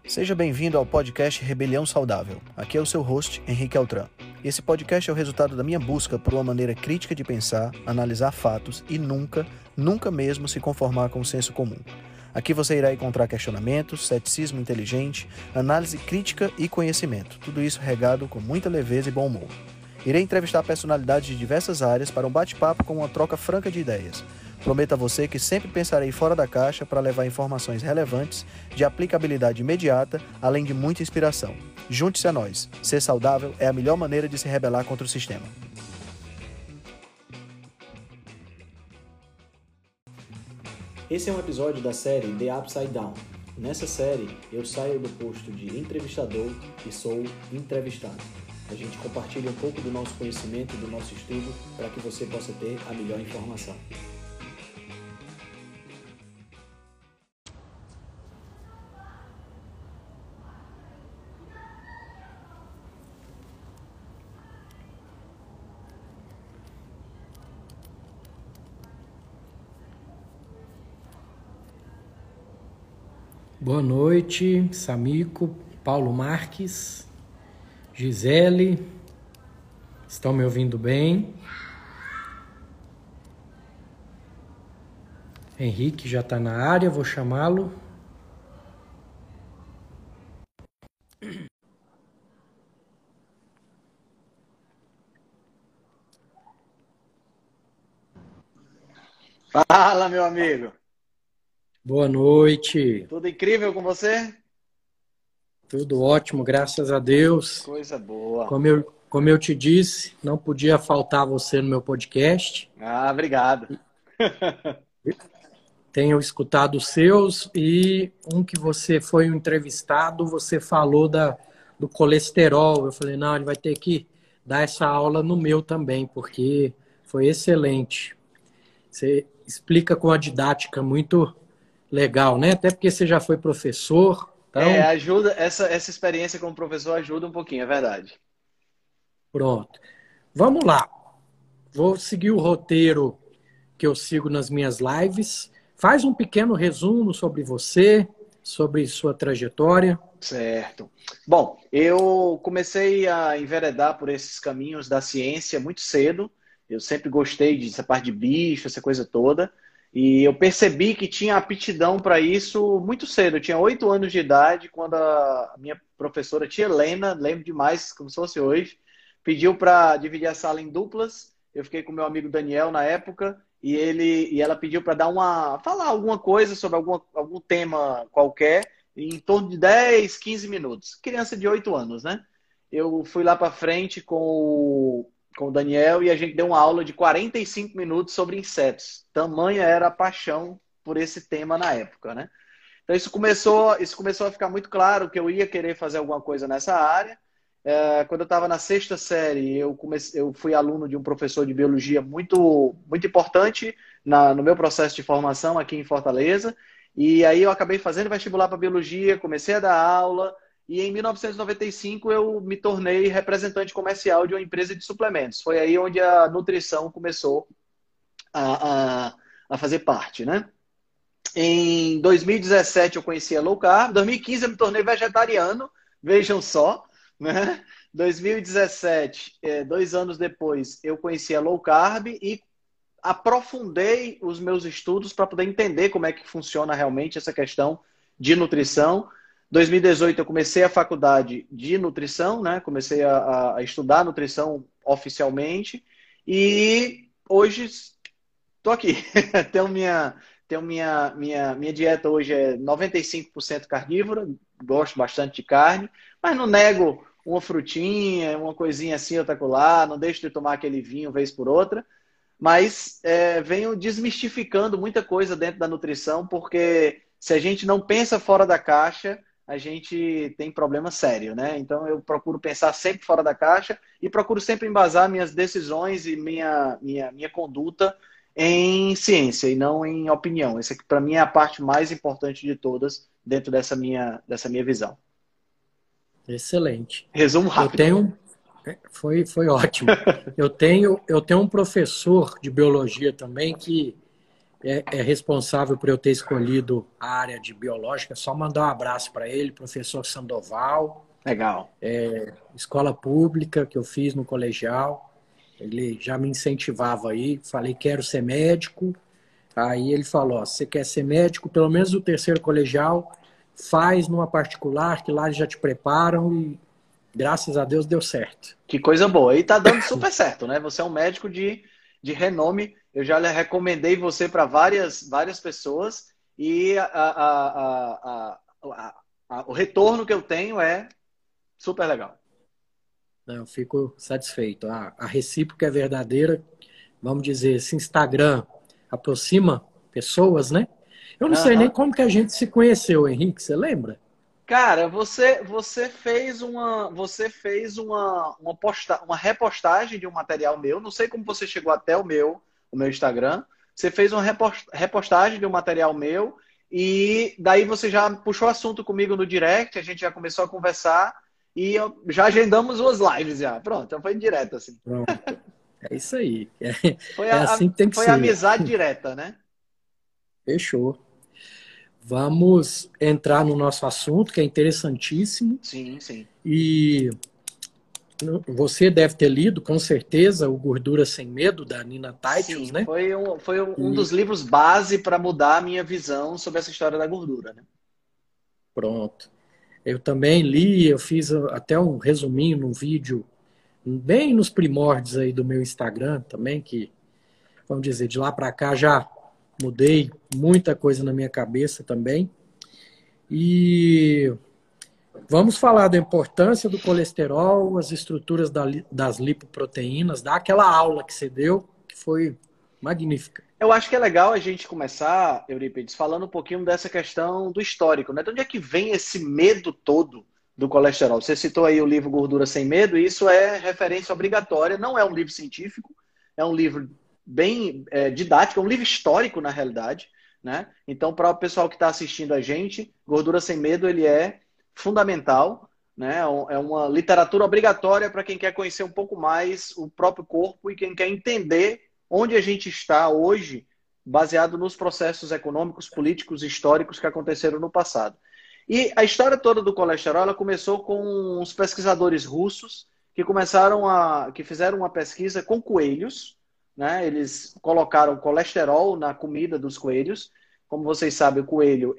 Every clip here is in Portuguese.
Seja bem-vindo ao podcast Rebelião Saudável. Aqui é o seu host, Henrique Altran. Esse podcast é o resultado da minha busca por uma maneira crítica de pensar, analisar fatos e nunca mesmo se conformar com o senso comum. Aqui você irá encontrar questionamentos, ceticismo inteligente, análise crítica e conhecimento. Tudo isso regado com muita leveza e bom humor. Irei entrevistar personalidades de diversas áreas para um bate-papo com uma troca franca de ideias. Prometo a você que sempre pensarei fora da caixa para levar informações relevantes, de aplicabilidade imediata, além de muita inspiração. Junte-se a nós. Ser saudável é a melhor maneira de se rebelar contra o sistema. Esse é um episódio da série The Upside Down. Nessa série, eu saio do posto de entrevistador e sou entrevistado. A gente compartilha um pouco do nosso conhecimento e do nosso estudo para que você possa ter a melhor informação. Boa noite, Samico, Paulo Marques, Gisele, estão me ouvindo bem? Henrique já está na área, vou chamá-lo. Fala, meu amigo. Boa noite. Tudo incrível com você? Tudo ótimo, graças a Deus. Coisa boa. Como eu te disse, não podia faltar você no meu podcast. Ah, obrigado. Tenho escutado os seus e um que você foi um entrevistado, você falou do colesterol. Eu falei, não, ele vai ter que dar essa aula no meu também, porque foi excelente. Você explica com a didática muito legal, né? Até porque você já foi professor. Então... ajuda, essa experiência como professor ajuda um pouquinho, é verdade. Pronto. Vamos lá. Vou seguir o roteiro que eu sigo nas minhas lives. Faz um pequeno resumo sobre você, sobre sua trajetória. Certo. Bom, eu comecei a enveredar por esses caminhos da ciência muito cedo. Eu sempre gostei dessa parte de bicho, essa coisa toda. E eu percebi que tinha aptidão para isso muito cedo. Eu tinha 8 anos de idade, quando a minha professora, tia Helena, lembro demais, como se fosse hoje, pediu para dividir a sala em duplas. Eu fiquei com meu amigo Daniel na época, e ela pediu para falar alguma coisa sobre algum tema qualquer, em torno de 10, 15 minutos. Criança de 8 anos, né? Eu fui lá para frente com o Daniel e a gente deu uma aula de 45 minutos sobre insetos. Tamanha era a paixão por esse tema na época, né? Então isso começou a ficar muito claro que eu ia querer fazer alguma coisa nessa área. Quando eu estava na 6ª série, eu fui aluno de um professor de biologia muito, muito importante no meu processo de formação aqui em Fortaleza. E aí eu acabei fazendo vestibular para biologia, comecei a dar aula. E em 1995 eu me tornei representante comercial de uma empresa de suplementos. Foi aí onde a nutrição começou a fazer parte, né? Em 2017 eu conheci a low carb. Em 2015 eu me tornei vegetariano, vejam só, né? 2017, 2 anos depois, eu conheci a low carb e aprofundei os meus estudos para poder entender como é que funciona realmente essa questão de nutrição. 2018 eu comecei a faculdade de nutrição, né? Comecei a estudar nutrição oficialmente e hoje estou aqui. Minha dieta hoje é 95% carnívora, gosto bastante de carne, mas não nego uma frutinha, uma coisinha assim, outra colar, não deixo de tomar aquele vinho vez por outra, mas venho desmistificando muita coisa dentro da nutrição, porque se a gente não pensa fora da caixa, a gente tem problema sério, né? Então eu procuro pensar sempre fora da caixa e procuro sempre embasar minhas decisões e minha conduta em ciência e não em opinião. Essa aqui para mim é a parte mais importante de todas dentro dessa minha visão. Excelente. Resumo rápido. Foi ótimo. Eu tenho um professor de biologia também que é responsável por eu ter escolhido a área de biológica. Só mandar um abraço para ele, professor Sandoval. Legal. Escola pública que eu fiz no colegial. Ele já me incentivava aí. Falei, quero ser médico. Aí ele falou, ó, você quer ser médico, pelo menos o terceiro colegial, faz numa particular, que lá eles já te preparam, e graças a Deus deu certo. Que coisa boa. E tá dando super certo, né? Você é um médico de renome. Eu já recomendei você para várias pessoas e o retorno que eu tenho é super legal. Eu fico satisfeito. A recíproca é verdadeira. Vamos dizer, esse Instagram aproxima pessoas, né? Eu não sei nem como que a gente se conheceu, Henrique, você lembra? Cara, você fez uma repostagem de um material meu. Não sei como você chegou até o meu Instagram. Você fez uma repostagem de um material meu e daí você já puxou assunto comigo no direct, a gente já começou a conversar e já agendamos umas lives já. Pronto, então foi direto assim. Pronto. É isso aí. É assim que tem que ser. Foi amizade direta, né? Fechou. Vamos entrar no nosso assunto, que é interessantíssimo. Sim, sim. E você deve ter lido, com certeza, o Gordura Sem Medo, da Nina Teicholz, Sim, né? foi um dos livros base para mudar a minha visão sobre essa história da gordura, né? Pronto. Eu também li, eu fiz até um resuminho num vídeo, bem nos primórdios aí do meu Instagram também, que, vamos dizer, de lá para cá já mudei muita coisa na minha cabeça também. E vamos falar da importância do colesterol, as estruturas das lipoproteínas, daquela aula que você deu, que foi magnífica. Eu acho que é legal a gente começar, Eurípides, falando um pouquinho dessa questão do histórico, né? De onde é que vem esse medo todo do colesterol? Você citou aí o livro Gordura Sem Medo, e isso é referência obrigatória, não é um livro científico, é um livro bem didático, é um livro histórico, na realidade, né? Então, para o pessoal que está assistindo a gente, Gordura Sem Medo, ele é fundamental, né? É uma literatura obrigatória para quem quer conhecer um pouco mais o próprio corpo e quem quer entender onde a gente está hoje, baseado nos processos econômicos, políticos, históricos que aconteceram no passado. E a história toda do colesterol, ela começou com os pesquisadores russos que fizeram uma pesquisa com coelhos, né? Eles colocaram colesterol na comida dos coelhos. Como vocês sabem, o coelho,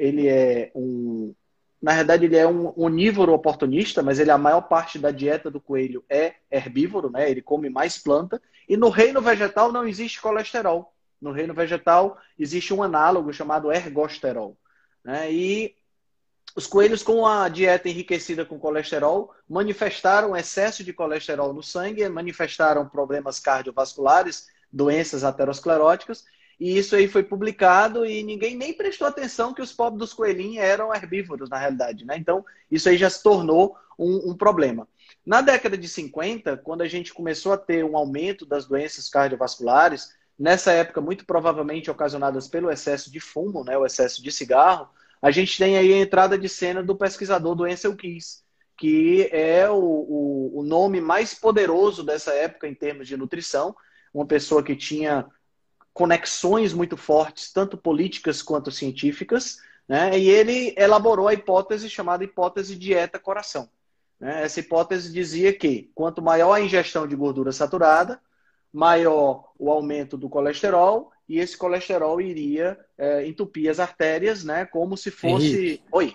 na verdade, ele é um onívoro oportunista, mas a maior parte da dieta do coelho é herbívoro, né? Ele come mais planta. E no reino vegetal não existe colesterol. No reino vegetal existe um análogo chamado ergosterol, né? E os coelhos com a dieta enriquecida com colesterol manifestaram excesso de colesterol no sangue, manifestaram problemas cardiovasculares, doenças ateroscleróticas, e isso aí foi publicado e ninguém nem prestou atenção que os pobres dos coelhinhos eram herbívoros, na realidade, né? Então, isso aí já se tornou um problema. Na década de 50, quando a gente começou a ter um aumento das doenças cardiovasculares, nessa época, muito provavelmente ocasionadas pelo excesso de fumo, né, o excesso de cigarro, a gente tem aí a entrada de cena do pesquisador do Ancel Keys, que é o nome mais poderoso dessa época em termos de nutrição, uma pessoa que tinha conexões muito fortes, tanto políticas quanto científicas, né? E ele elaborou a hipótese chamada hipótese dieta-coração. Né? Essa hipótese dizia que quanto maior a ingestão de gordura saturada, maior o aumento do colesterol, e esse colesterol iria entupir as artérias, né? Como se fosse... Henrique, Oi.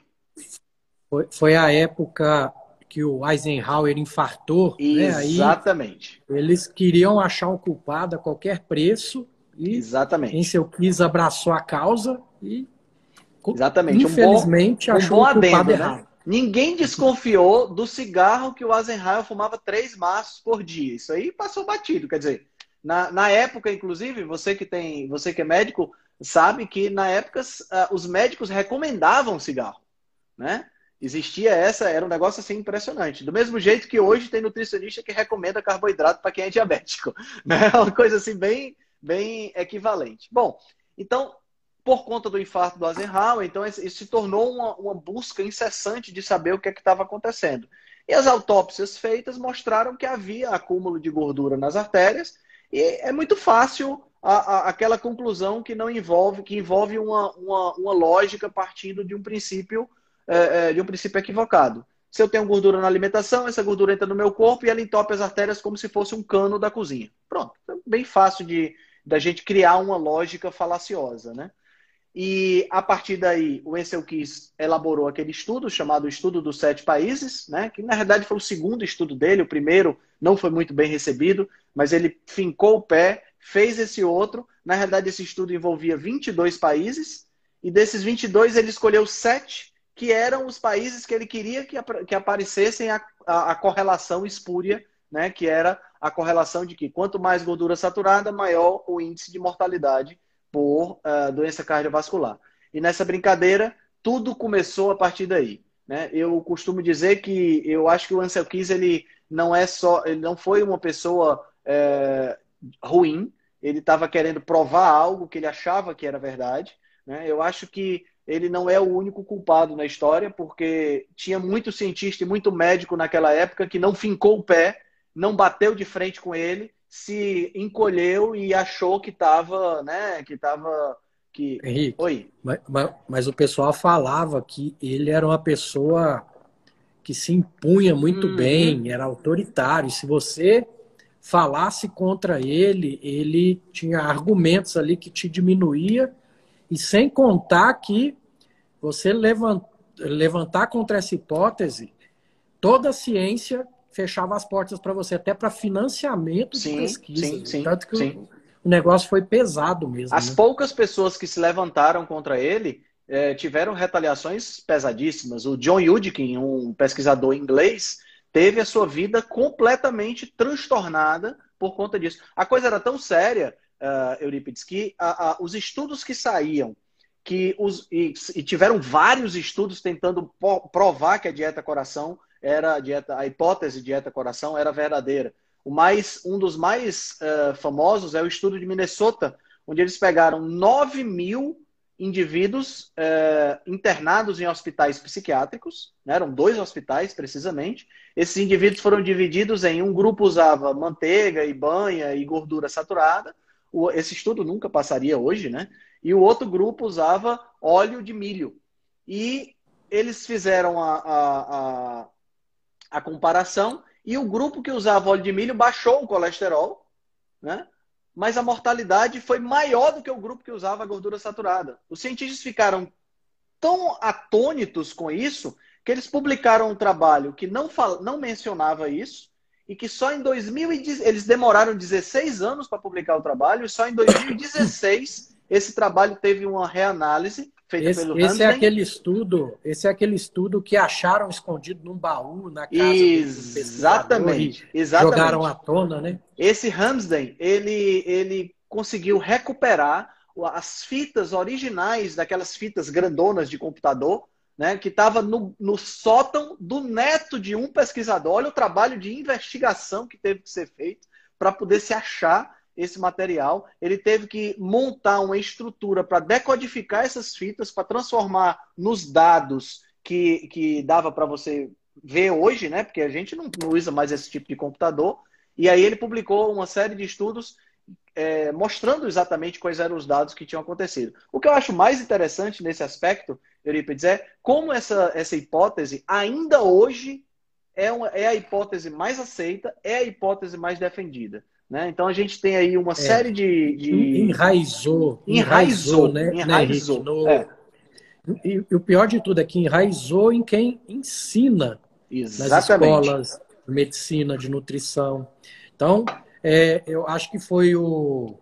Foi a época que o Eisenhower infartou, Exatamente. Né? Aí eles queriam achar um culpado a qualquer preço e Exatamente. Ancel Keys abraçou a causa e exatamente. Infelizmente achou o culpado errado. Né? Ninguém desconfiou do cigarro que o Eisenhower fumava 3 maços por dia. Isso aí passou batido. Quer dizer, na época, inclusive, você que é médico, sabe que na época os médicos recomendavam cigarro, né? Existia era um negócio assim impressionante. Do mesmo jeito que hoje tem nutricionista que recomenda carboidrato para quem é diabético. Né? É uma coisa assim bem equivalente. Bom, então, por conta do infarto do Eisenhower, então isso se tornou uma busca incessante de saber o que estava acontecendo. E as autópsias feitas mostraram que havia acúmulo de gordura nas artérias e é muito fácil aquela conclusão que não envolve, que envolve uma lógica partindo de um princípio equivocado. Se eu tenho gordura na alimentação, essa gordura entra no meu corpo e ela entope as artérias como se fosse um cano da cozinha. Pronto, é bem fácil da gente criar uma lógica falaciosa, né? E a partir daí, o Ancel Keys elaborou aquele estudo chamado Estudo dos 7 Países, né? Que na verdade foi o segundo estudo dele, o primeiro não foi muito bem recebido, mas ele fincou o pé, fez esse outro. Na realidade, esse estudo envolvia 22 países, e desses 22 ele escolheu 7 que eram os países que ele queria que aparecessem a correlação espúria, né? Que era a correlação de que quanto mais gordura saturada, maior o índice de mortalidade por doença cardiovascular. E nessa brincadeira, tudo começou a partir daí, né? Eu costumo dizer que eu acho que o Ancel Keys, ele não foi uma pessoa ruim, ele estava querendo provar algo que ele achava que era verdade, né? Eu acho que ele não é o único culpado na história, porque tinha muito cientista e muito médico naquela época que não fincou o pé, não bateu de frente com ele, se encolheu e achou que estava, né? Henrique, Oi. mas o pessoal falava que ele era uma pessoa que se impunha muito bem, era autoritário. E se você falasse contra ele, ele tinha argumentos ali que te diminuía. E sem contar que você levantar contra essa hipótese, toda a ciência fechava as portas para você, até para financiamento de pesquisa. Tanto que o negócio foi pesado mesmo. As poucas pessoas que se levantaram contra ele tiveram retaliações pesadíssimas. O John Yudkin, um pesquisador inglês, teve a sua vida completamente transtornada por conta disso. A coisa era tão séria, Eurípides, que os estudos que saíam, e tiveram vários estudos tentando provar que a dieta coração a hipótese dieta coração era verdadeira. Um dos mais famosos é o estudo de Minnesota, onde eles pegaram 9.000 indivíduos internados em hospitais psiquiátricos, né? Eram 2 hospitais, precisamente. Esses indivíduos foram divididos um grupo usava manteiga e banha e gordura saturada. Esse estudo nunca passaria hoje, né? E o outro grupo usava óleo de milho. E eles fizeram a comparação, e o grupo que usava óleo de milho baixou o colesterol, né? Mas a mortalidade foi maior do que o grupo que usava a gordura saturada. Os cientistas ficaram tão atônitos com isso que eles publicaram um trabalho que não mencionava isso, e que só em 2010, eles demoraram 16 anos para publicar o trabalho, e só em 2016 esse trabalho teve uma reanálise feita pelo Hamden. Esse é aquele estudo que acharam escondido num baú na casa Exatamente. Jogaram à tona, né? Esse Hamden, ele conseguiu recuperar as fitas originais daquelas fitas grandonas de computador, né, que estava no sótão do neto de um pesquisador. Olha o trabalho de investigação que teve que ser feito para poder se achar esse material. Ele teve que montar uma estrutura para decodificar essas fitas, para transformar nos dados que dava para você ver hoje, né, porque a gente não usa mais esse tipo de computador. E aí ele publicou uma série de estudos mostrando exatamente quais eram os dados que tinham acontecido. O que eu acho mais interessante nesse aspecto, Eurípides, é como essa hipótese ainda hoje é a hipótese mais aceita, é a hipótese mais defendida, né? Então a gente tem aí uma série de... Enraizou, né? Enraizou. E o pior de tudo é que enraizou em quem ensina nas escolas de medicina, de nutrição. Então, eu acho que foi o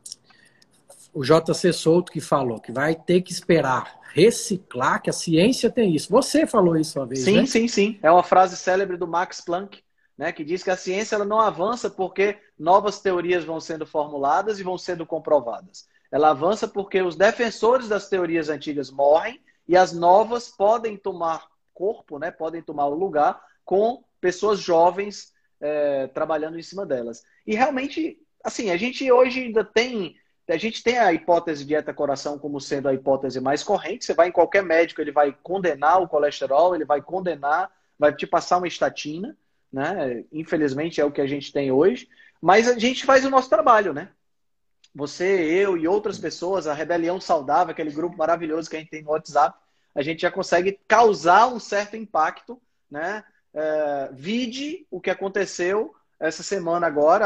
JC Souto que falou que vai ter que esperar reciclar, que a ciência tem isso. Você falou isso uma vez, né? Sim. É uma frase célebre do Max Planck, né, que diz que a ciência ela não avança porque novas teorias vão sendo formuladas e vão sendo comprovadas. Ela avança porque os defensores das teorias antigas morrem e as novas podem tomar corpo, né, podem tomar o lugar com pessoas jovens trabalhando em cima delas. E realmente, assim, a gente hoje ainda tem... A gente tem a hipótese dieta-coração como sendo a hipótese mais corrente. Você vai em qualquer médico, ele vai condenar o colesterol, ele vai te passar uma estatina, né? Infelizmente é o que a gente tem hoje. Mas a gente faz o nosso trabalho, né? você, eu e outras pessoas, a Rebelião Saudável, aquele grupo maravilhoso que a gente tem no WhatsApp, a gente já consegue causar um certo impacto, né? Vide o que aconteceu essa semana agora,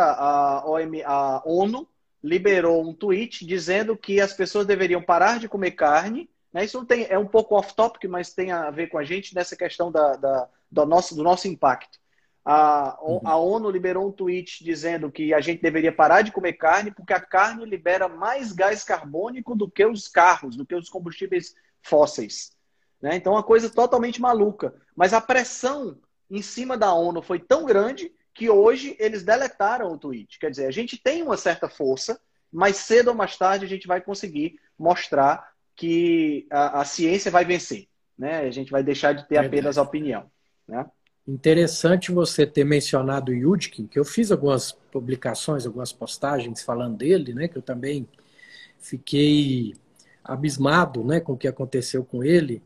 a ONU liberou um tweet dizendo que as pessoas deveriam parar de comer carne, né? Isso não tem, é um pouco off-topic, mas tem a ver com a gente nessa questão do nosso impacto. A ONU liberou um tweet dizendo que a gente deveria parar de comer carne porque a carne libera mais gás carbônico do que os carros, do que os combustíveis fósseis, né? Então, uma coisa totalmente maluca. Mas a pressão em cima da ONU foi tão grande que hoje eles deletaram o tweet. Quer dizer, a gente tem uma certa força, mas cedo ou mais tarde a gente vai conseguir mostrar que a ciência vai vencer, né? A gente vai deixar de ter apenas a opinião, né? Interessante você ter mencionado o Yudkin, que eu fiz algumas publicações, algumas postagens falando dele, né? Que eu também fiquei abismado, né, com o que aconteceu com ele.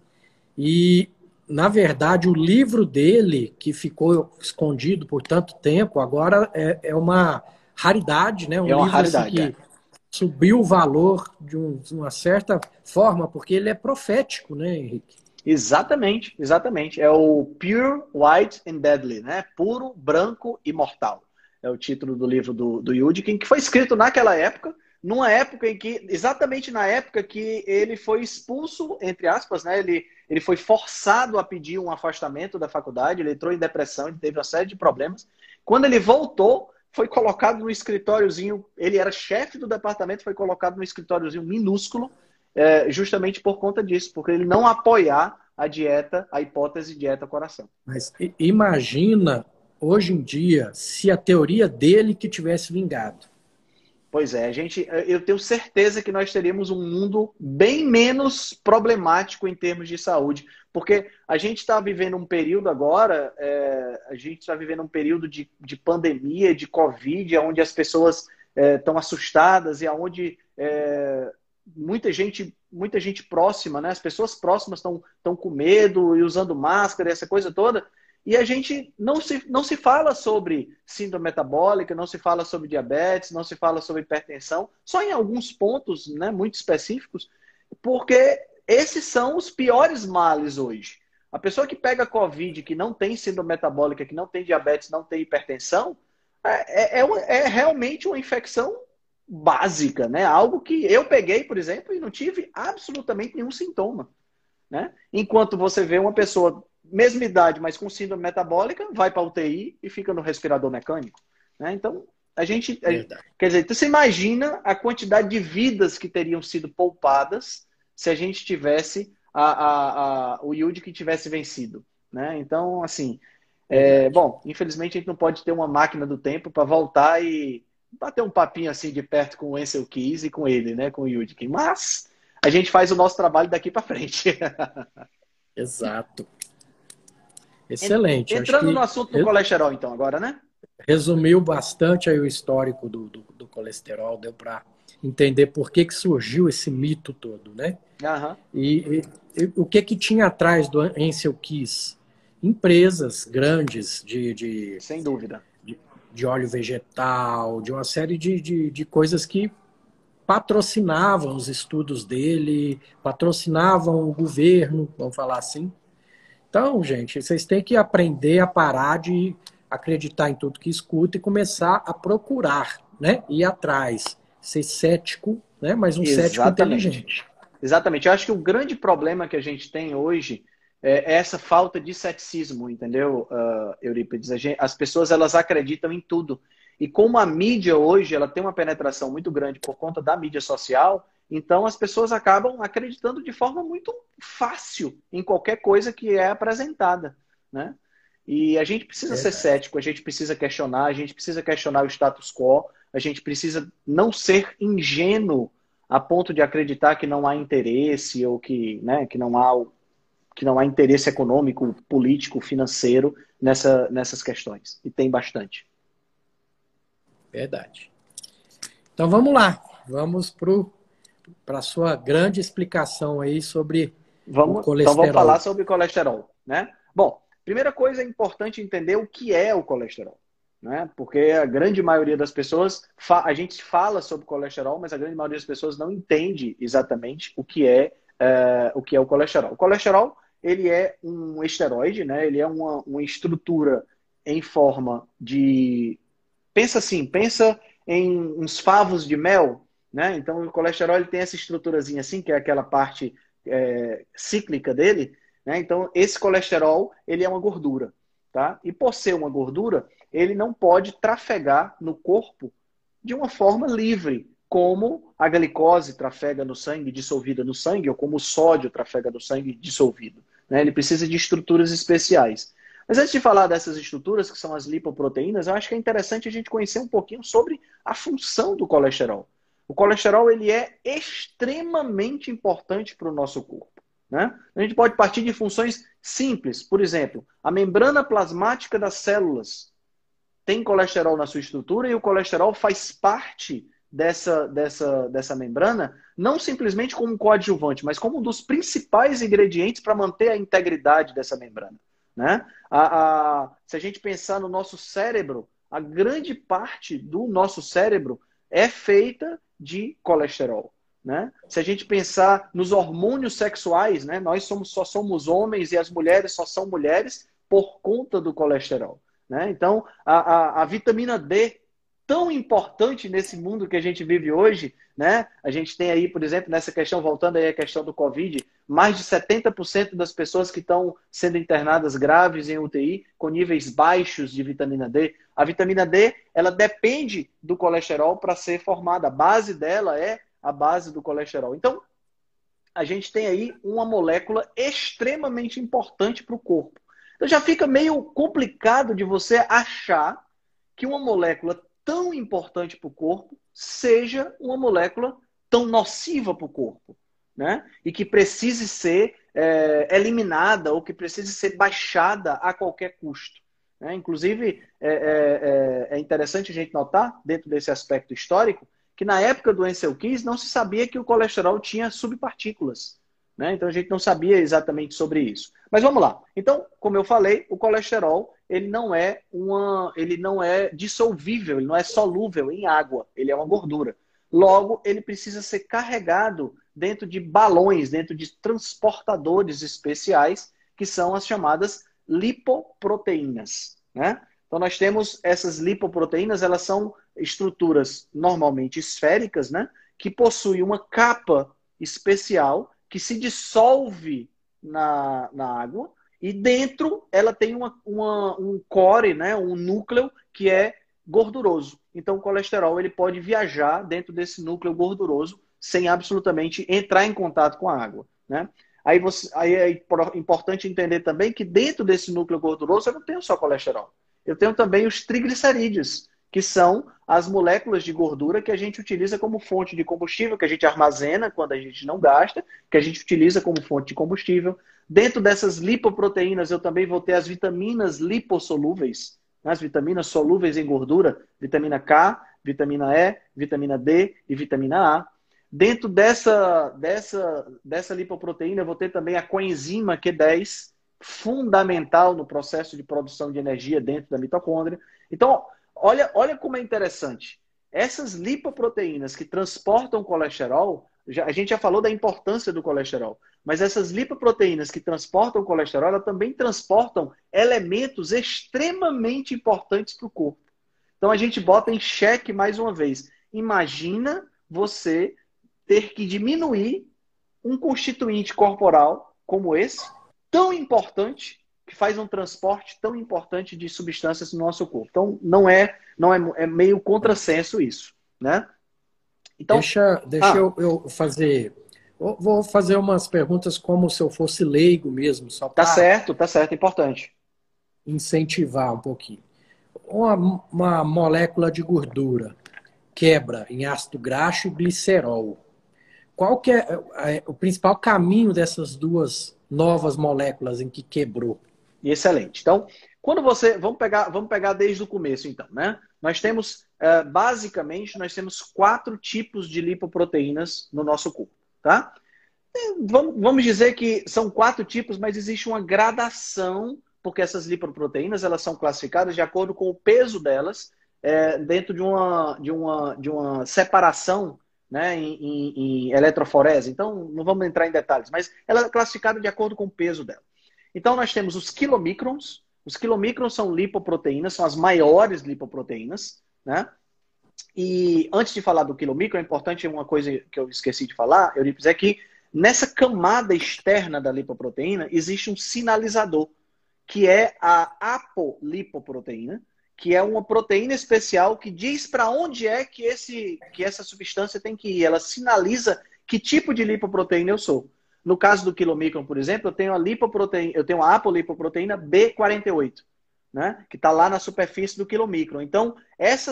E, na verdade, o livro dele, que ficou escondido por tanto tempo, agora é uma raridade, né? Um livro raridade, assim, que subiu o valor de uma certa forma, porque ele é profético, né, Henrique? Exatamente, exatamente. É o Pure, White and Deadly, né? Puro, branco e mortal. É o título do livro do Yudkin, que foi escrito naquela época, numa época em que, exatamente na época que ele foi expulso, entre aspas, né? Ele foi forçado a pedir um afastamento da faculdade, ele entrou em depressão, ele teve uma série de problemas. Quando ele voltou, foi colocado no escritóriozinho, ele era chefe do departamento, foi colocado no escritóriozinho minúsculo, justamente por conta disso, porque ele não apoiar a dieta, a hipótese dieta-coração. Mas imagina, hoje em dia, se a teoria dele que tivesse vingado. Pois é, eu tenho certeza que nós teríamos um mundo bem menos problemático em termos de saúde, porque a gente está vivendo um período agora, a gente está vivendo um período de pandemia, de Covid, onde as pessoas estão assustadas e onde muita gente próxima, né? As pessoas próximas estão com medo e usando máscara, essa coisa toda. E a gente não se fala sobre síndrome metabólica, não se fala sobre diabetes, não se fala sobre hipertensão, só em alguns pontos, né, muito específicos, porque esses são os piores males hoje. A pessoa que pega Covid, que não tem síndrome metabólica, que não tem diabetes, não tem hipertensão, é realmente uma infecção básica, né? Algo que eu peguei, por exemplo, e não tive absolutamente nenhum sintoma, né? Enquanto você vê uma pessoa, mesma idade, mas com síndrome metabólica, vai para a UTI e fica no respirador mecânico, né? Então, quer dizer, você imagina a quantidade de vidas que teriam sido poupadas se a gente tivesse o Yudi que tivesse vencido, né? Então, assim, bom, infelizmente a gente não pode ter uma máquina do tempo para voltar e bater um papinho assim de perto com o Ansel Keys e com ele, né, com o Yudkin. Mas a gente faz o nosso trabalho daqui para frente. Exato. Excelente. Entrando no assunto do colesterol, então, agora, né? Resumiu bastante aí o histórico do colesterol, deu para entender por que surgiu esse mito todo, né? Uhum. E o que tinha atrás do Ansel Keys? Empresas grandes sem dúvida, de óleo vegetal, de uma série de coisas que patrocinavam os estudos dele, patrocinavam o governo, vamos falar assim. Então, gente, vocês têm que aprender a parar de acreditar em tudo que escuta e começar a procurar, né? Ir atrás, ser cético, né? Mas um cético inteligente. Exatamente. Eu acho que o grande problema que a gente tem hoje é essa falta de ceticismo, entendeu, Eurípides? As pessoas, elas acreditam em tudo. E como a mídia hoje ela tem uma penetração muito grande por conta da mídia social, então as pessoas acabam acreditando de forma muito fácil em qualquer coisa que é apresentada, né? E a gente precisa ser cético, a gente precisa questionar o status quo, a gente precisa não ser ingênuo a ponto de acreditar que não há interesse ou que não há interesse econômico, político, financeiro nessas questões. E tem bastante. Verdade. Então vamos lá. Vamos para a sua grande explicação aí sobre o colesterol. Então vamos falar sobre o colesterol, né? Bom, primeira coisa, é importante entender o que é o colesterol. né? Porque a grande maioria das pessoas, a gente fala sobre colesterol, mas a grande maioria das pessoas não entende exatamente o que é o colesterol. O colesterol, ele é um esteroide, né? Ele é uma estrutura em forma de... Pensa assim, pensa em uns favos de mel, né? Então, o colesterol ele tem essa estruturazinha assim, que é aquela parte cíclica dele, né? Então, esse colesterol, ele é uma gordura, tá? E por ser uma gordura, ele não pode trafegar no corpo de uma forma livre, como a glicose trafega no sangue, dissolvida no sangue, ou como o sódio trafega no sangue, dissolvido, né? Ele precisa de estruturas especiais. Mas antes de falar dessas estruturas, que são as lipoproteínas, eu acho que é interessante a gente conhecer um pouquinho sobre a função do colesterol. O colesterol ele é extremamente importante para o nosso corpo, né? A gente pode partir de funções simples. Por exemplo, a membrana plasmática das células tem colesterol na sua estrutura e o colesterol faz parte dessa membrana, não simplesmente como um coadjuvante, mas como um dos principais ingredientes para manter a integridade dessa membrana, né? Se a gente pensar no nosso cérebro, a grande parte do nosso cérebro é feita de colesterol, né? Se a gente pensar nos hormônios sexuais, né? Nós só somos homens e as mulheres só são mulheres por conta do colesterol, né? Então, a vitamina D, tão importante nesse mundo que a gente vive hoje, né? A gente tem aí, por exemplo, nessa questão, voltando aí à questão do Covid, mais de 70% das pessoas que estão sendo internadas graves em UTI com níveis baixos de vitamina D. A vitamina D, ela depende do colesterol para ser formada. A base dela é a base do colesterol. Então, a gente tem aí uma molécula extremamente importante para o corpo. Então, já fica meio complicado de você achar que uma molécula tão importante para o corpo seja uma molécula tão nociva para o corpo, né? E que precise ser eliminada ou que precise ser baixada a qualquer custo, né? Inclusive, é interessante a gente notar, dentro desse aspecto histórico, que na época do Ancel Keys não se sabia que o colesterol tinha subpartículas, né? Então a gente não sabia exatamente sobre isso. Mas vamos lá. Então, como eu falei, o colesterol ele não é dissolvível, ele não é solúvel em água, ele é uma gordura. Logo, ele precisa ser carregado dentro de balões, dentro de transportadores especiais, que são as chamadas lipoproteínas, né? Então nós temos essas lipoproteínas, elas são estruturas normalmente esféricas, né? Que possuem uma capa especial que se dissolve na água e dentro ela tem um core, né? Um núcleo que é gorduroso. Então o colesterol ele pode viajar dentro desse núcleo gorduroso sem absolutamente entrar em contato com a água, né? Aí é importante entender também que dentro desse núcleo gorduroso eu não tenho só colesterol. Eu tenho também os triglicerídeos, que são as moléculas de gordura que a gente utiliza como fonte de combustível, que a gente armazena quando a gente não gasta, que a gente utiliza como fonte de combustível. Dentro dessas lipoproteínas, eu também vou ter as vitaminas lipossolúveis, né? As vitaminas solúveis em gordura, vitamina K, vitamina E, vitamina D e vitamina A. Dentro dessa lipoproteína, eu vou ter também a coenzima Q10, fundamental no processo de produção de energia dentro da mitocôndria. Então, olha como é interessante. Essas lipoproteínas que transportam colesterol, a gente já falou da importância do colesterol, mas essas lipoproteínas que transportam colesterol, elas também transportam elementos extremamente importantes para o corpo. Então, a gente bota em xeque mais uma vez. Imagina você ter que diminuir um constituinte corporal como esse, tão importante, que faz um transporte tão importante de substâncias no nosso corpo. Então, é meio contrassenso isso, né? Então, deixa eu fazer... Vou fazer umas perguntas como se eu fosse leigo mesmo, só para... Tá certo, importante. Incentivar um pouquinho. Uma molécula de gordura quebra em ácido graxo e glicerol. Qual que é o principal caminho dessas duas novas moléculas em que quebrou? Excelente. Então, vamos pegar desde o começo, então, né? Nós temos, basicamente, 4 tipos de lipoproteínas no nosso corpo, tá? Vamos dizer que são 4 tipos, mas existe uma gradação porque essas lipoproteínas elas são classificadas de acordo com o peso delas dentro de uma separação, né, em eletroforese. Então, não vamos entrar em detalhes, mas ela é classificada de acordo com o peso dela. Então, nós temos os quilomicrons. Os quilomicrons são lipoproteínas, são as maiores lipoproteínas, né? E antes de falar do quilomicron, é importante uma coisa que eu esqueci de falar, Eurípides, é que nessa camada externa da lipoproteína existe um sinalizador, que é a apolipoproteína, que é uma proteína especial que diz para onde é que essa substância tem que ir. Ela sinaliza que tipo de lipoproteína eu sou. No caso do quilomicron, por exemplo, eu tenho a apolipoproteína B48, né, que está lá na superfície do quilomicron. Então, essa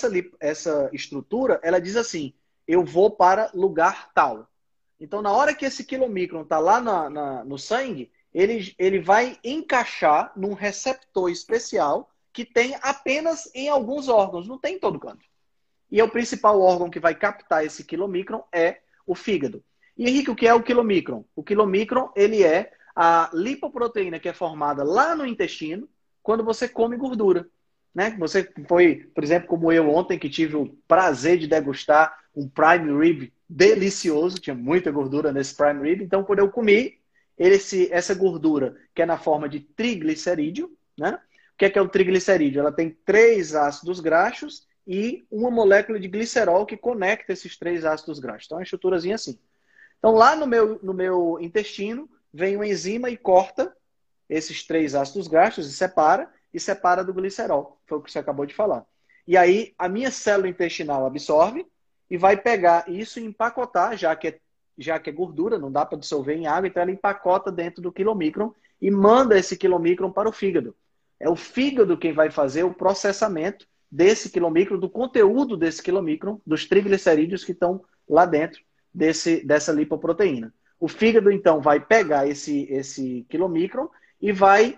estrutura, ela diz assim, eu vou para lugar tal. Então, na hora que esse quilomicron está lá no sangue, ele vai encaixar num receptor especial que tem apenas em alguns órgãos, não tem em todo canto. E o principal órgão que vai captar esse quilomicron é o fígado. E, Henrique, o que é o quilomicron? O quilomicron, ele é a lipoproteína que é formada lá no intestino quando você come gordura, né? Você foi, por exemplo, como eu ontem, que tive o prazer de degustar um prime rib delicioso, tinha muita gordura nesse prime rib, então quando eu comi essa gordura, que é na forma de triglicerídeo, né? O que é o triglicerídeo? Ela tem 3 ácidos graxos e uma molécula de glicerol que conecta esses 3 ácidos graxos. Então é uma estruturazinha assim. Então, lá no meu intestino, vem uma enzima e corta esses 3 ácidos graxos e separa do glicerol. Foi o que você acabou de falar. E aí, a minha célula intestinal absorve e vai pegar isso e empacotar, já que é gordura, não dá para dissolver em água, então ela empacota dentro do quilomicron e manda esse quilomicron para o fígado. É o fígado quem vai fazer o processamento desse quilomicron, do conteúdo desse quilomicron, dos triglicerídeos que estão lá dentro dessa lipoproteína. O fígado, então, vai pegar esse quilomicron e vai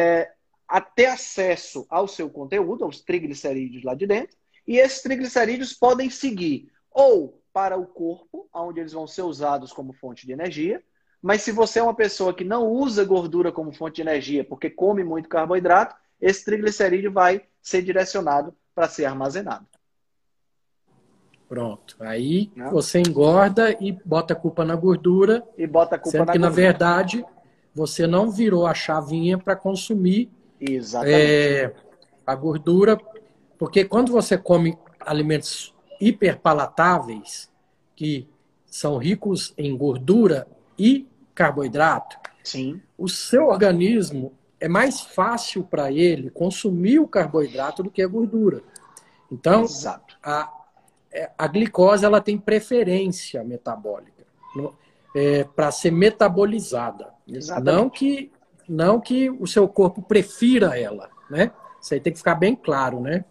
ter acesso ao seu conteúdo, aos triglicerídeos lá de dentro, e esses triglicerídeos podem seguir ou para o corpo, onde eles vão ser usados como fonte de energia, mas se você é uma pessoa que não usa gordura como fonte de energia, porque come muito carboidrato, esse triglicerídeo vai ser direcionado para ser armazenado. Pronto. Aí você engorda e bota a culpa na gordura. E bota a culpa sendo na que, gordura. na verdade, você não virou a chavinha para consumir a gordura. Porque quando você come alimentos hiperpalatáveis, que são ricos em gordura e carboidrato, sim, o seu organismo é mais fácil para ele consumir o carboidrato do que a gordura. Então, exato. A glicose ela tem preferência metabólica para ser metabolizada. Exatamente. Não que o seu corpo prefira ela, né? Isso aí tem que ficar bem claro, né?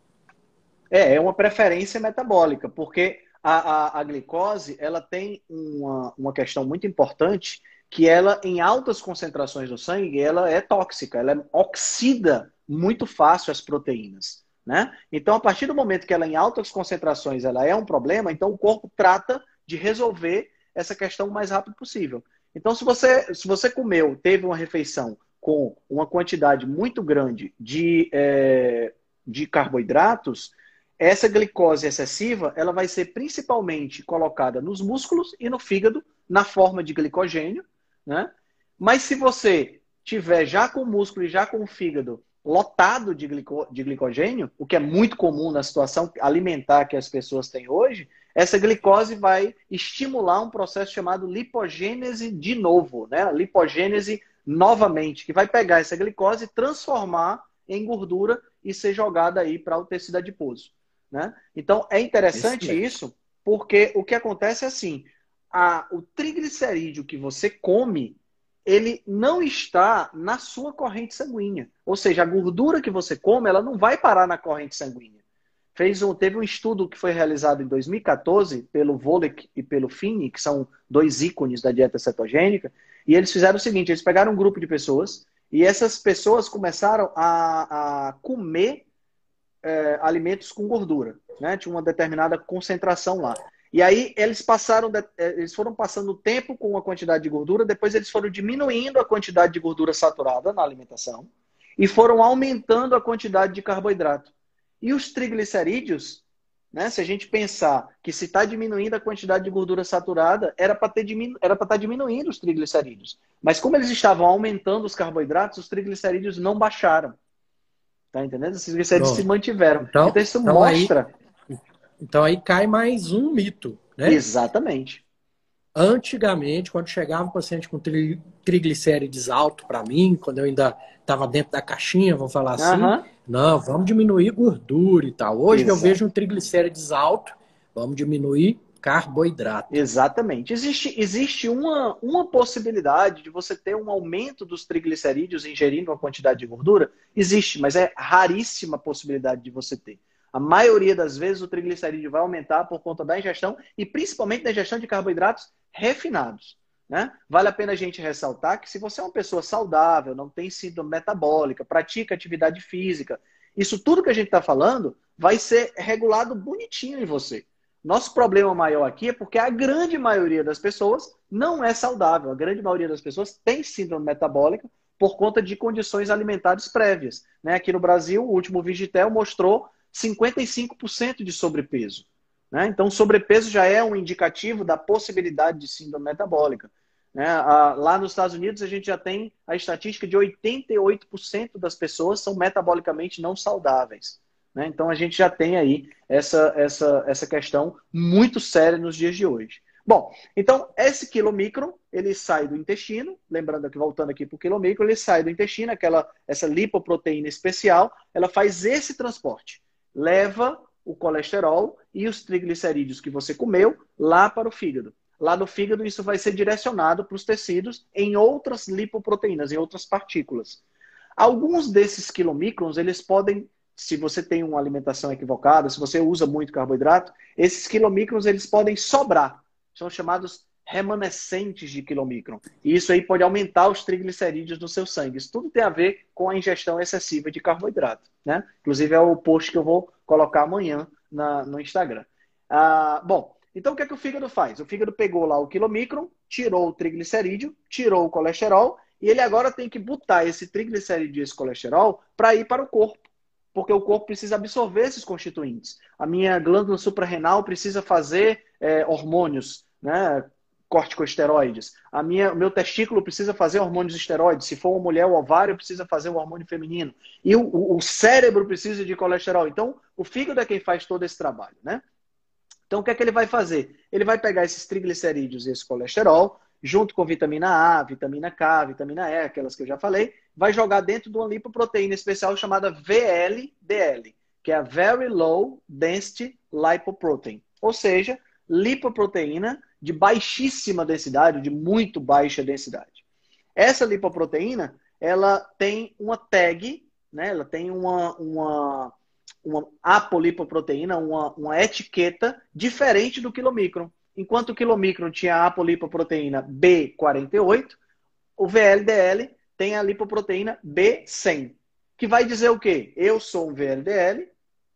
É uma preferência metabólica, porque a glicose ela tem uma questão muito importante, que ela, em altas concentrações no sangue, ela é tóxica, ela oxida muito fácil as proteínas. Né? Então, a partir do momento que ela em altas concentrações ela é um problema, então o corpo trata de resolver essa questão o mais rápido possível. Então, se você teve uma refeição com uma quantidade muito grande de carboidratos, essa glicose excessiva ela vai ser principalmente colocada nos músculos e no fígado, na forma de glicogênio. Né? Mas se você tiver já com o músculo e já com o fígado lotado de glicogênio, o que é muito comum na situação alimentar que as pessoas têm hoje, essa glicose vai estimular um processo chamado lipogênese de novo, né? Lipogênese novamente, que vai pegar essa glicose, transformar em gordura e ser jogada aí para o tecido adiposo. Né? Então, é interessante isso, porque o que acontece é assim, o triglicerídeo que você come, ele não está na sua corrente sanguínea. Ou seja, a gordura que você come, ela não vai parar na corrente sanguínea. Teve um estudo que foi realizado em 2014 pelo Volek e pelo Fini, que são 2 ícones da dieta cetogênica, e eles fizeram o seguinte, eles pegaram um grupo de pessoas e essas pessoas começaram a comer alimentos com gordura. Né? Tinha uma determinada concentração lá. E aí eles foram passando o tempo com a quantidade de gordura, depois eles foram diminuindo a quantidade de gordura saturada na alimentação e foram aumentando a quantidade de carboidrato. E os triglicerídeos, né, se a gente pensar que se está diminuindo a quantidade de gordura saturada, era para estar diminuindo os triglicerídeos. Mas como eles estavam aumentando os carboidratos, os triglicerídeos não baixaram. Tá entendendo? Os triglicerídeos se mantiveram. Então isso mostra... Então aí cai mais um mito, né? Exatamente. Antigamente, quando chegava um paciente com triglicérides alto para mim, quando eu ainda estava dentro da caixinha, vamos falar assim, não, vamos diminuir gordura e tal. Hoje eu vejo um triglicérides alto, vamos diminuir carboidrato. Exatamente. Existe uma possibilidade de você ter um aumento dos triglicerídeos ingerindo uma quantidade de gordura? Existe, mas é raríssima a possibilidade de você ter. A maioria das vezes o triglicerídeo vai aumentar por conta da ingestão e principalmente da ingestão de carboidratos refinados, né? Vale a pena a gente ressaltar que se você é uma pessoa saudável, não tem síndrome metabólica, pratica atividade física, isso tudo que a gente está falando vai ser regulado bonitinho em você. Nosso problema maior aqui é porque a grande maioria das pessoas não é saudável. A grande maioria das pessoas tem síndrome metabólica por conta de condições alimentares prévias, né? Aqui no Brasil, o último Vigitel mostrou 55% de sobrepeso, né? Então, sobrepeso já é um indicativo da possibilidade de síndrome metabólica, né? Lá nos Estados Unidos, a gente já tem a estatística de 88% das pessoas são metabolicamente não saudáveis, né? Então, a gente já tem aí essa questão muito séria nos dias de hoje. Bom, então, esse quilomicron, ele sai do intestino, lembrando aqui, voltando aqui para o quilomicron, ele sai do intestino, essa lipoproteína especial, ela faz esse transporte. Leva o colesterol e os triglicerídeos que você comeu lá para o fígado. Lá no fígado, isso vai ser direcionado para os tecidos em outras lipoproteínas, em outras partículas. Alguns desses quilomicrons, eles podem, se você tem uma alimentação equivocada, se você usa muito carboidrato, esses quilomicrons, eles podem sobrar. São chamados remanescentes de quilomicron. E isso aí pode aumentar os triglicerídeos no seu sangue. Isso tudo tem a ver com a ingestão excessiva de carboidrato, né? Inclusive é o post que eu vou colocar amanhã no Instagram. Bom, então o que é que o fígado faz? O fígado pegou lá o quilomicron, tirou o triglicerídeo, tirou o colesterol, e ele agora tem que botar esse triglicerídeo e esse colesterol para ir para o corpo, porque o corpo precisa absorver esses constituintes. A minha glândula suprarrenal precisa fazer hormônios, né? Corticosteroides. O meu testículo precisa fazer hormônios esteroides. Se for uma mulher, o ovário precisa fazer um hormônio feminino. E o cérebro precisa de colesterol. Então, o fígado é quem faz todo esse trabalho, né? Então, o que é que ele vai fazer? Ele vai pegar esses triglicerídeos e esse colesterol, junto com vitamina A, vitamina K, vitamina E, aquelas que eu já falei, vai jogar dentro de uma lipoproteína especial chamada VLDL, que é a Very Low Density Lipoprotein. Ou seja, lipoproteína de baixíssima densidade, de muito baixa densidade. Essa lipoproteína, ela tem uma tag, né? Ela tem uma apolipoproteína, uma etiqueta diferente do quilomicron. Enquanto o quilomicron tinha a apolipoproteína B48, o VLDL tem a lipoproteína B100, que vai dizer o quê? Eu sou um VLDL,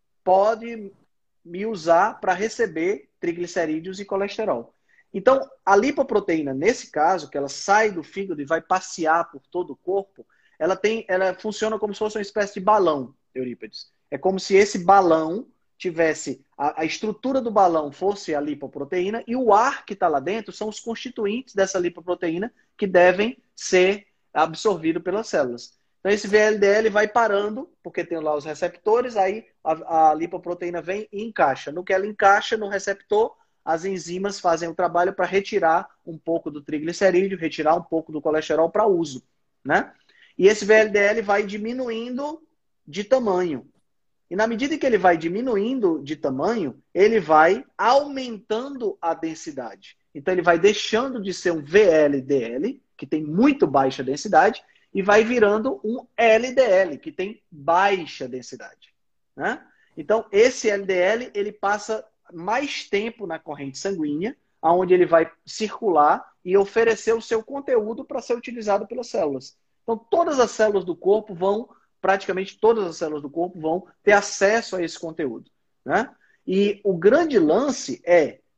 pode me usar para receber triglicerídeos e colesterol. Então, a lipoproteína, nesse caso, que ela sai do fígado e vai passear por todo o corpo, ela funciona como se fosse uma espécie de balão, Eurípides. É como se esse balão tivesse, a estrutura do balão fosse a lipoproteína e o ar que está lá dentro são os constituintes dessa lipoproteína que devem ser absorvidos pelas células. Então, esse VLDL vai parando, porque tem lá os receptores, aí a lipoproteína vem e encaixa. No que ela encaixa no receptor, as enzimas fazem o trabalho para retirar um pouco do triglicerídeo, retirar um pouco do colesterol para uso, né? E esse VLDL vai diminuindo de tamanho. E na medida que ele vai diminuindo de tamanho, ele vai aumentando a densidade. Então ele vai deixando de ser um VLDL, que tem muito baixa densidade, e vai virando um LDL, que tem baixa densidade, né? Então esse LDL, ele passa mais tempo na corrente sanguínea, onde ele vai circular e oferecer o seu conteúdo para ser utilizado pelas células. Então, todas as células do corpo praticamente todas as células do corpo vão ter acesso a esse conteúdo, né? E o grande lance é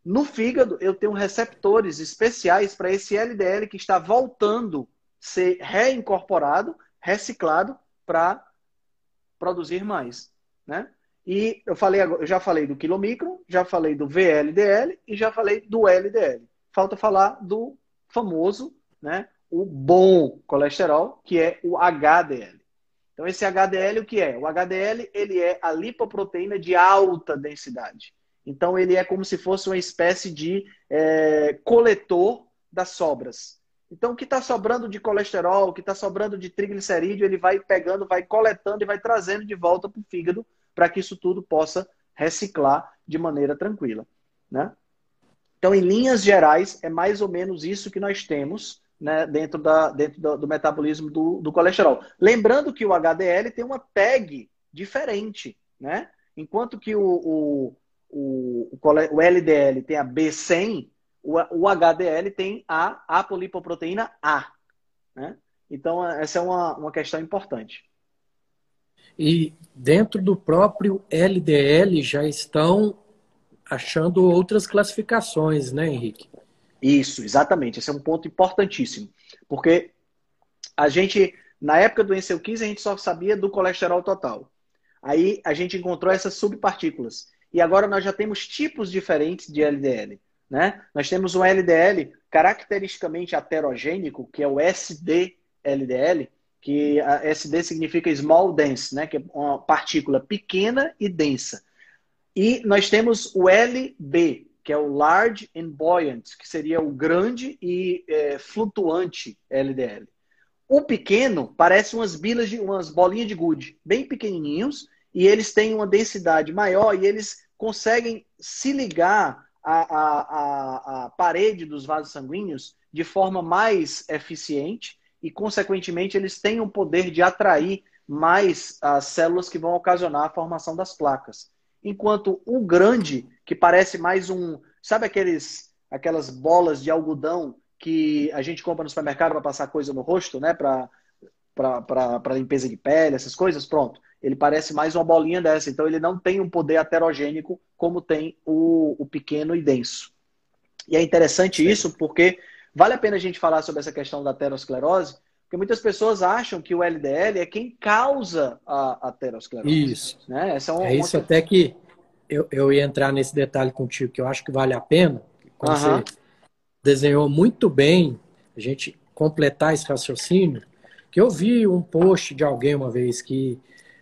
No fígado, eu tenho receptores especiais para esse LDL que está voltando a ser reincorporado, reciclado para produzir mais, né? E eu já falei do quilomicron, já falei do VLDL e já falei do LDL. Falta falar do famoso, né, o bom colesterol, que é o HDL. Então, esse HDL, o que é? O HDL, ele é a lipoproteína de alta densidade. Então, ele é como se fosse uma espécie de coletor das sobras. Então, o que está sobrando de colesterol, o que está sobrando de triglicerídeo, ele vai pegando, vai coletando e vai trazendo de volta para o fígado para que isso tudo possa reciclar de maneira tranquila, né? Então, em linhas gerais, é mais ou menos isso que nós temos, né, dentro do metabolismo do colesterol. Lembrando que o HDL tem uma tag diferente, né? Enquanto que o LDL tem a B100, o HDL tem a apolipoproteína A, né? Então, essa é uma questão importante. E dentro do próprio LDL já estão achando outras classificações, né, Henrique? Isso, exatamente. Esse é um ponto importantíssimo. Porque a gente, na época do Enseu 15, a gente só sabia do colesterol total. Aí a gente encontrou essas subpartículas. E agora nós já temos tipos diferentes de LDL, né? Nós temos um LDL caracteristicamente aterogênico, que é o SD-LDL, que a SD significa small dense, né? Que é uma partícula pequena e densa. E nós temos o LB, que é o Large and Buoyant, que seria o grande e flutuante LDL. O pequeno parece umas bolinhas de gude, bem pequenininhos, e eles têm uma densidade maior e eles conseguem se ligar à parede dos vasos sanguíneos de forma mais eficiente e, consequentemente, eles têm o poder de atrair mais as células que vão ocasionar a formação das placas. Enquanto o grande, que parece mais sabe aquelas bolas de algodão que a gente compra no supermercado para passar coisa no rosto, né? Para limpeza de pele, essas coisas, pronto. Ele parece mais uma bolinha dessa. Então, ele não tem um poder aterogênico como tem o pequeno e denso. E é interessante isso porque vale a pena a gente falar sobre essa questão da aterosclerose, porque muitas pessoas acham que o LDL é quem causa a aterosclerose. Isso. Né? Isso até que eu ia entrar nesse detalhe contigo, que eu acho que vale a pena, quando você desenhou muito bem, a gente completar esse raciocínio, que eu vi um post de alguém uma vez que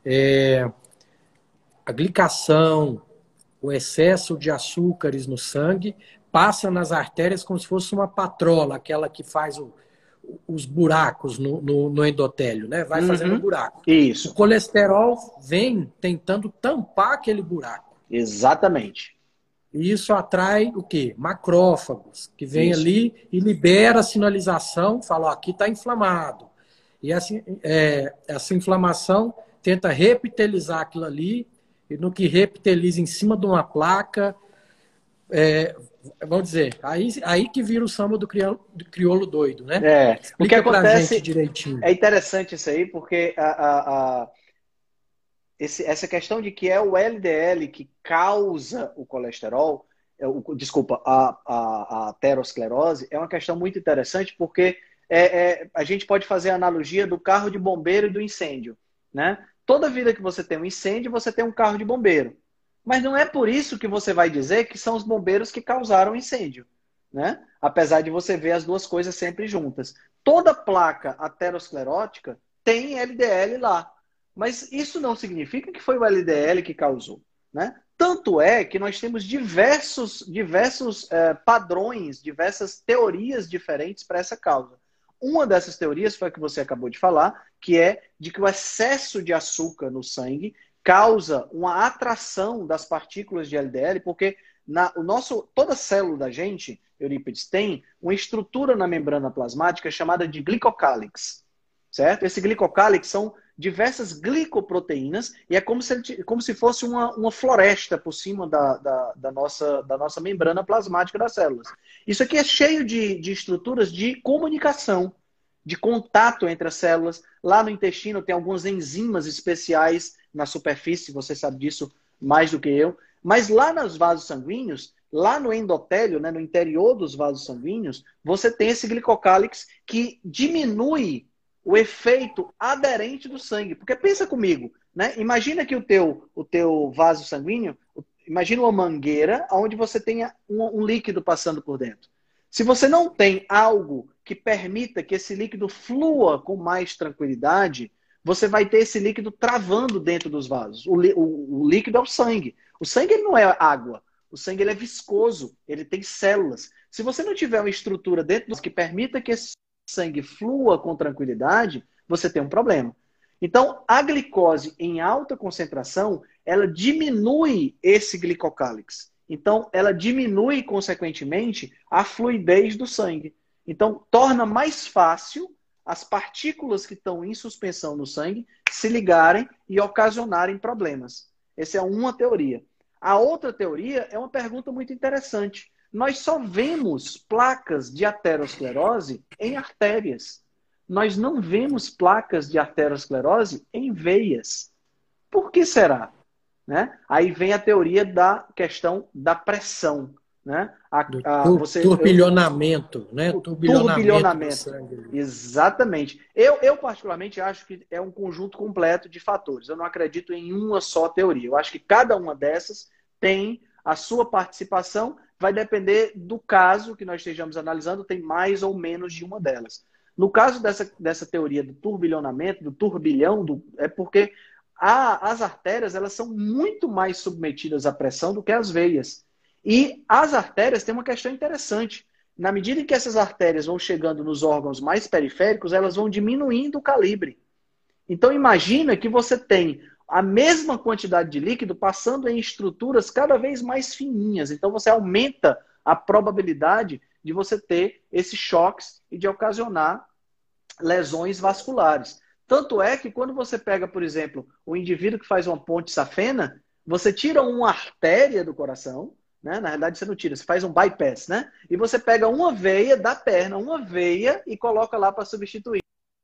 a glicação, o excesso de açúcares no sangue, passa nas artérias como se fosse uma patrola, aquela que faz os buracos no endotélio, né? Vai fazendo buraco. Isso. O colesterol vem tentando tampar aquele buraco. Exatamente. E isso atrai o quê? Macrófagos, que vem ali e libera a sinalização, fala, ó, aqui está inflamado. E essa inflamação tenta reptilizar aquilo ali, e no que reptiliza em cima de uma placa, vamos dizer, aí que vira o samba do crioulo doido, né? O que acontece gente direitinho. É interessante isso aí, porque essa questão de que é o LDL que causa o colesterol, a aterosclerose, é uma questão muito interessante, porque a gente pode fazer a analogia do carro de bombeiro e do incêndio, né? Toda vida que você tem um incêndio, você tem um carro de bombeiro. Mas não é por isso que você vai dizer que são os bombeiros que causaram o incêndio, né? Apesar de você ver as duas coisas sempre juntas. Toda placa aterosclerótica tem LDL lá. Mas isso não significa que foi o LDL que causou, né? Tanto é que nós temos diversos padrões, diversas teorias diferentes para essa causa. Uma dessas teorias foi a que você acabou de falar, que é de que o excesso de açúcar no sangue causa uma atração das partículas de LDL, porque toda célula da gente, Eurípides, tem uma estrutura na membrana plasmática chamada de glicocálix, certo? Esse glicocálix são diversas glicoproteínas e é como se fosse uma floresta por cima da nossa membrana plasmática das células. Isso aqui é cheio de estruturas de comunicação, de contato entre as células. Lá no intestino tem algumas enzimas especiais na superfície, você sabe disso mais do que eu. Mas lá nos vasos sanguíneos lá no endotélio, né, no interior dos vasos sanguíneos, você tem esse glicocálix que diminui o efeito aderente do sangue. Porque pensa comigo, né? Imagina que o teu vaso sanguíneo, imagina uma mangueira onde você tenha um líquido passando por dentro. Se você não tem algo que permita que esse líquido flua com mais tranquilidade, você vai ter esse líquido travando dentro dos vasos. O líquido é o sangue. O sangue ele não é água. O sangue ele é viscoso, ele tem células. Se você não tiver uma estrutura dentro dos que permita que esse sangue flua com tranquilidade, você tem um problema. Então, a glicose em alta concentração, ela diminui esse glicocálix. Então, ela diminui, consequentemente, a fluidez do sangue. Então, torna mais fácil as partículas que estão em suspensão no sangue se ligarem e ocasionarem problemas. Essa é uma teoria. A outra teoria é uma pergunta muito interessante. Nós só vemos placas de aterosclerose em artérias. Nós não vemos placas de aterosclerose em veias. Por que será? Né? Aí vem a teoria da questão da pressão. Né? Turbilhonamento, né? Turbilhonamento do sangue. Exatamente. Eu, particularmente, acho que é um conjunto completo de fatores. Eu não acredito em uma só teoria. Eu acho que cada uma dessas tem a sua participação, vai depender do caso que nós estejamos analisando, tem mais ou menos de uma delas. No caso dessa teoria do turbilhonamento, do turbilhão, é porque as artérias elas são muito mais submetidas à pressão do que as veias. E as artérias têm uma questão interessante. Na medida em que essas artérias vão chegando nos órgãos mais periféricos, elas vão diminuindo o calibre. Então imagina que você tem a mesma quantidade de líquido passando em estruturas cada vez mais fininhas. Então você aumenta a probabilidade de você ter esses choques e de ocasionar lesões vasculares. Tanto é que quando você pega, por exemplo, o indivíduo que faz uma ponte safena, você tira uma artéria do coração, né? Na realidade você não tira, você faz um bypass, né? E você pega uma veia da perna, uma veia e coloca lá para substituir.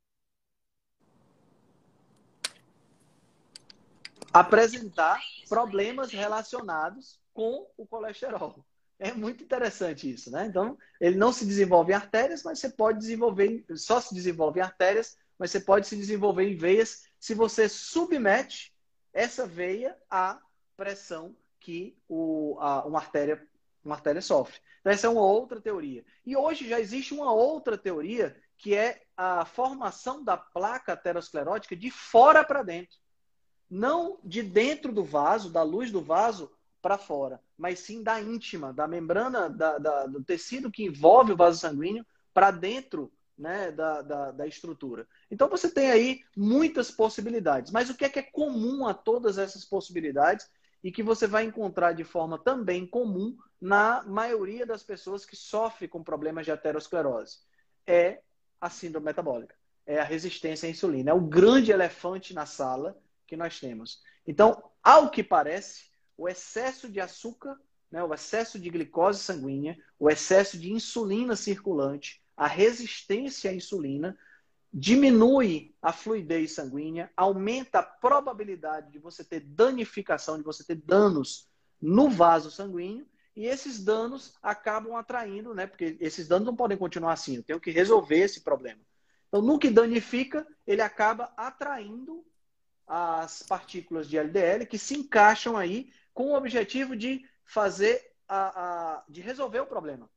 Apresentar problemas relacionados com o colesterol. É muito interessante isso, né? Então, ele não se desenvolve em artérias, mas você pode desenvolver, só se desenvolve em artérias, mas você pode se desenvolver em veias se você submete essa veia à pressão que uma artéria sofre. Então, essa é uma outra teoria. E hoje já existe uma outra teoria, que é a formação da placa aterosclerótica de fora para dentro. Não de dentro do vaso, da luz do vaso, para fora, mas sim da íntima, da membrana, do tecido que envolve o vaso sanguíneo para dentro, né, da estrutura. Então você tem aí muitas possibilidades. Mas o que é comum a todas essas possibilidades e que você vai encontrar de forma também comum na maioria das pessoas que sofrem com problemas de aterosclerose? É a síndrome metabólica, é a resistência à insulina. É o grande elefante na sala que nós temos. Então, ao que parece, o excesso de açúcar, né, o excesso de glicose sanguínea, o excesso de insulina circulante, a resistência à insulina, diminui a fluidez sanguínea, aumenta a probabilidade de você ter danificação, de você ter danos no vaso sanguíneo, e esses danos acabam atraindo, né, porque esses danos não podem continuar assim, eu tenho que resolver esse problema. Então, no que danifica, ele acaba atraindo as partículas de LDL que se encaixam aí com o objetivo de fazer de resolver o problema.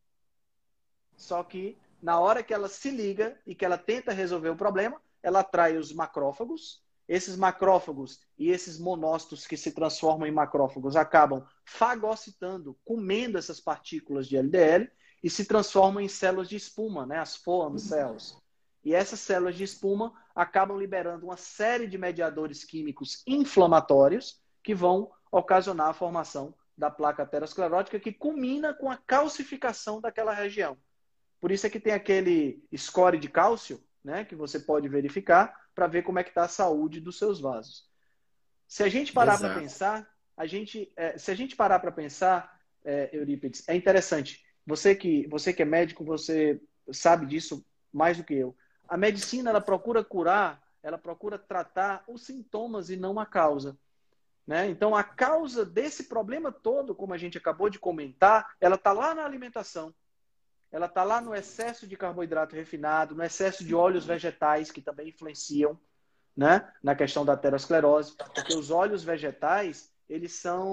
Só que na hora que ela se liga e que ela tenta resolver o problema, ela atrai os macrófagos. Esses macrófagos e esses monócitos que se transformam em macrófagos acabam fagocitando, comendo essas partículas de LDL e se transformam em células de espuma, né? As foam cells. E essas células de espuma acabam liberando uma série de mediadores químicos inflamatórios que vão ocasionar a formação da placa aterosclerótica que culmina com a calcificação daquela região. Por isso é que tem aquele score de cálcio, né, que você pode verificar para ver como é que está a saúde dos seus vasos. Se a gente parar para pensar, Eurípides, é interessante. Você que é médico, você sabe disso mais do que eu. A medicina, ela procura curar, ela procura tratar os sintomas e não a causa. né? Então, a causa desse problema todo, como a gente acabou de comentar, ela está lá na alimentação. Ela está lá no excesso de carboidrato refinado, no excesso de óleos vegetais, que também influenciam, né, na questão da aterosclerose, porque os óleos vegetais, eles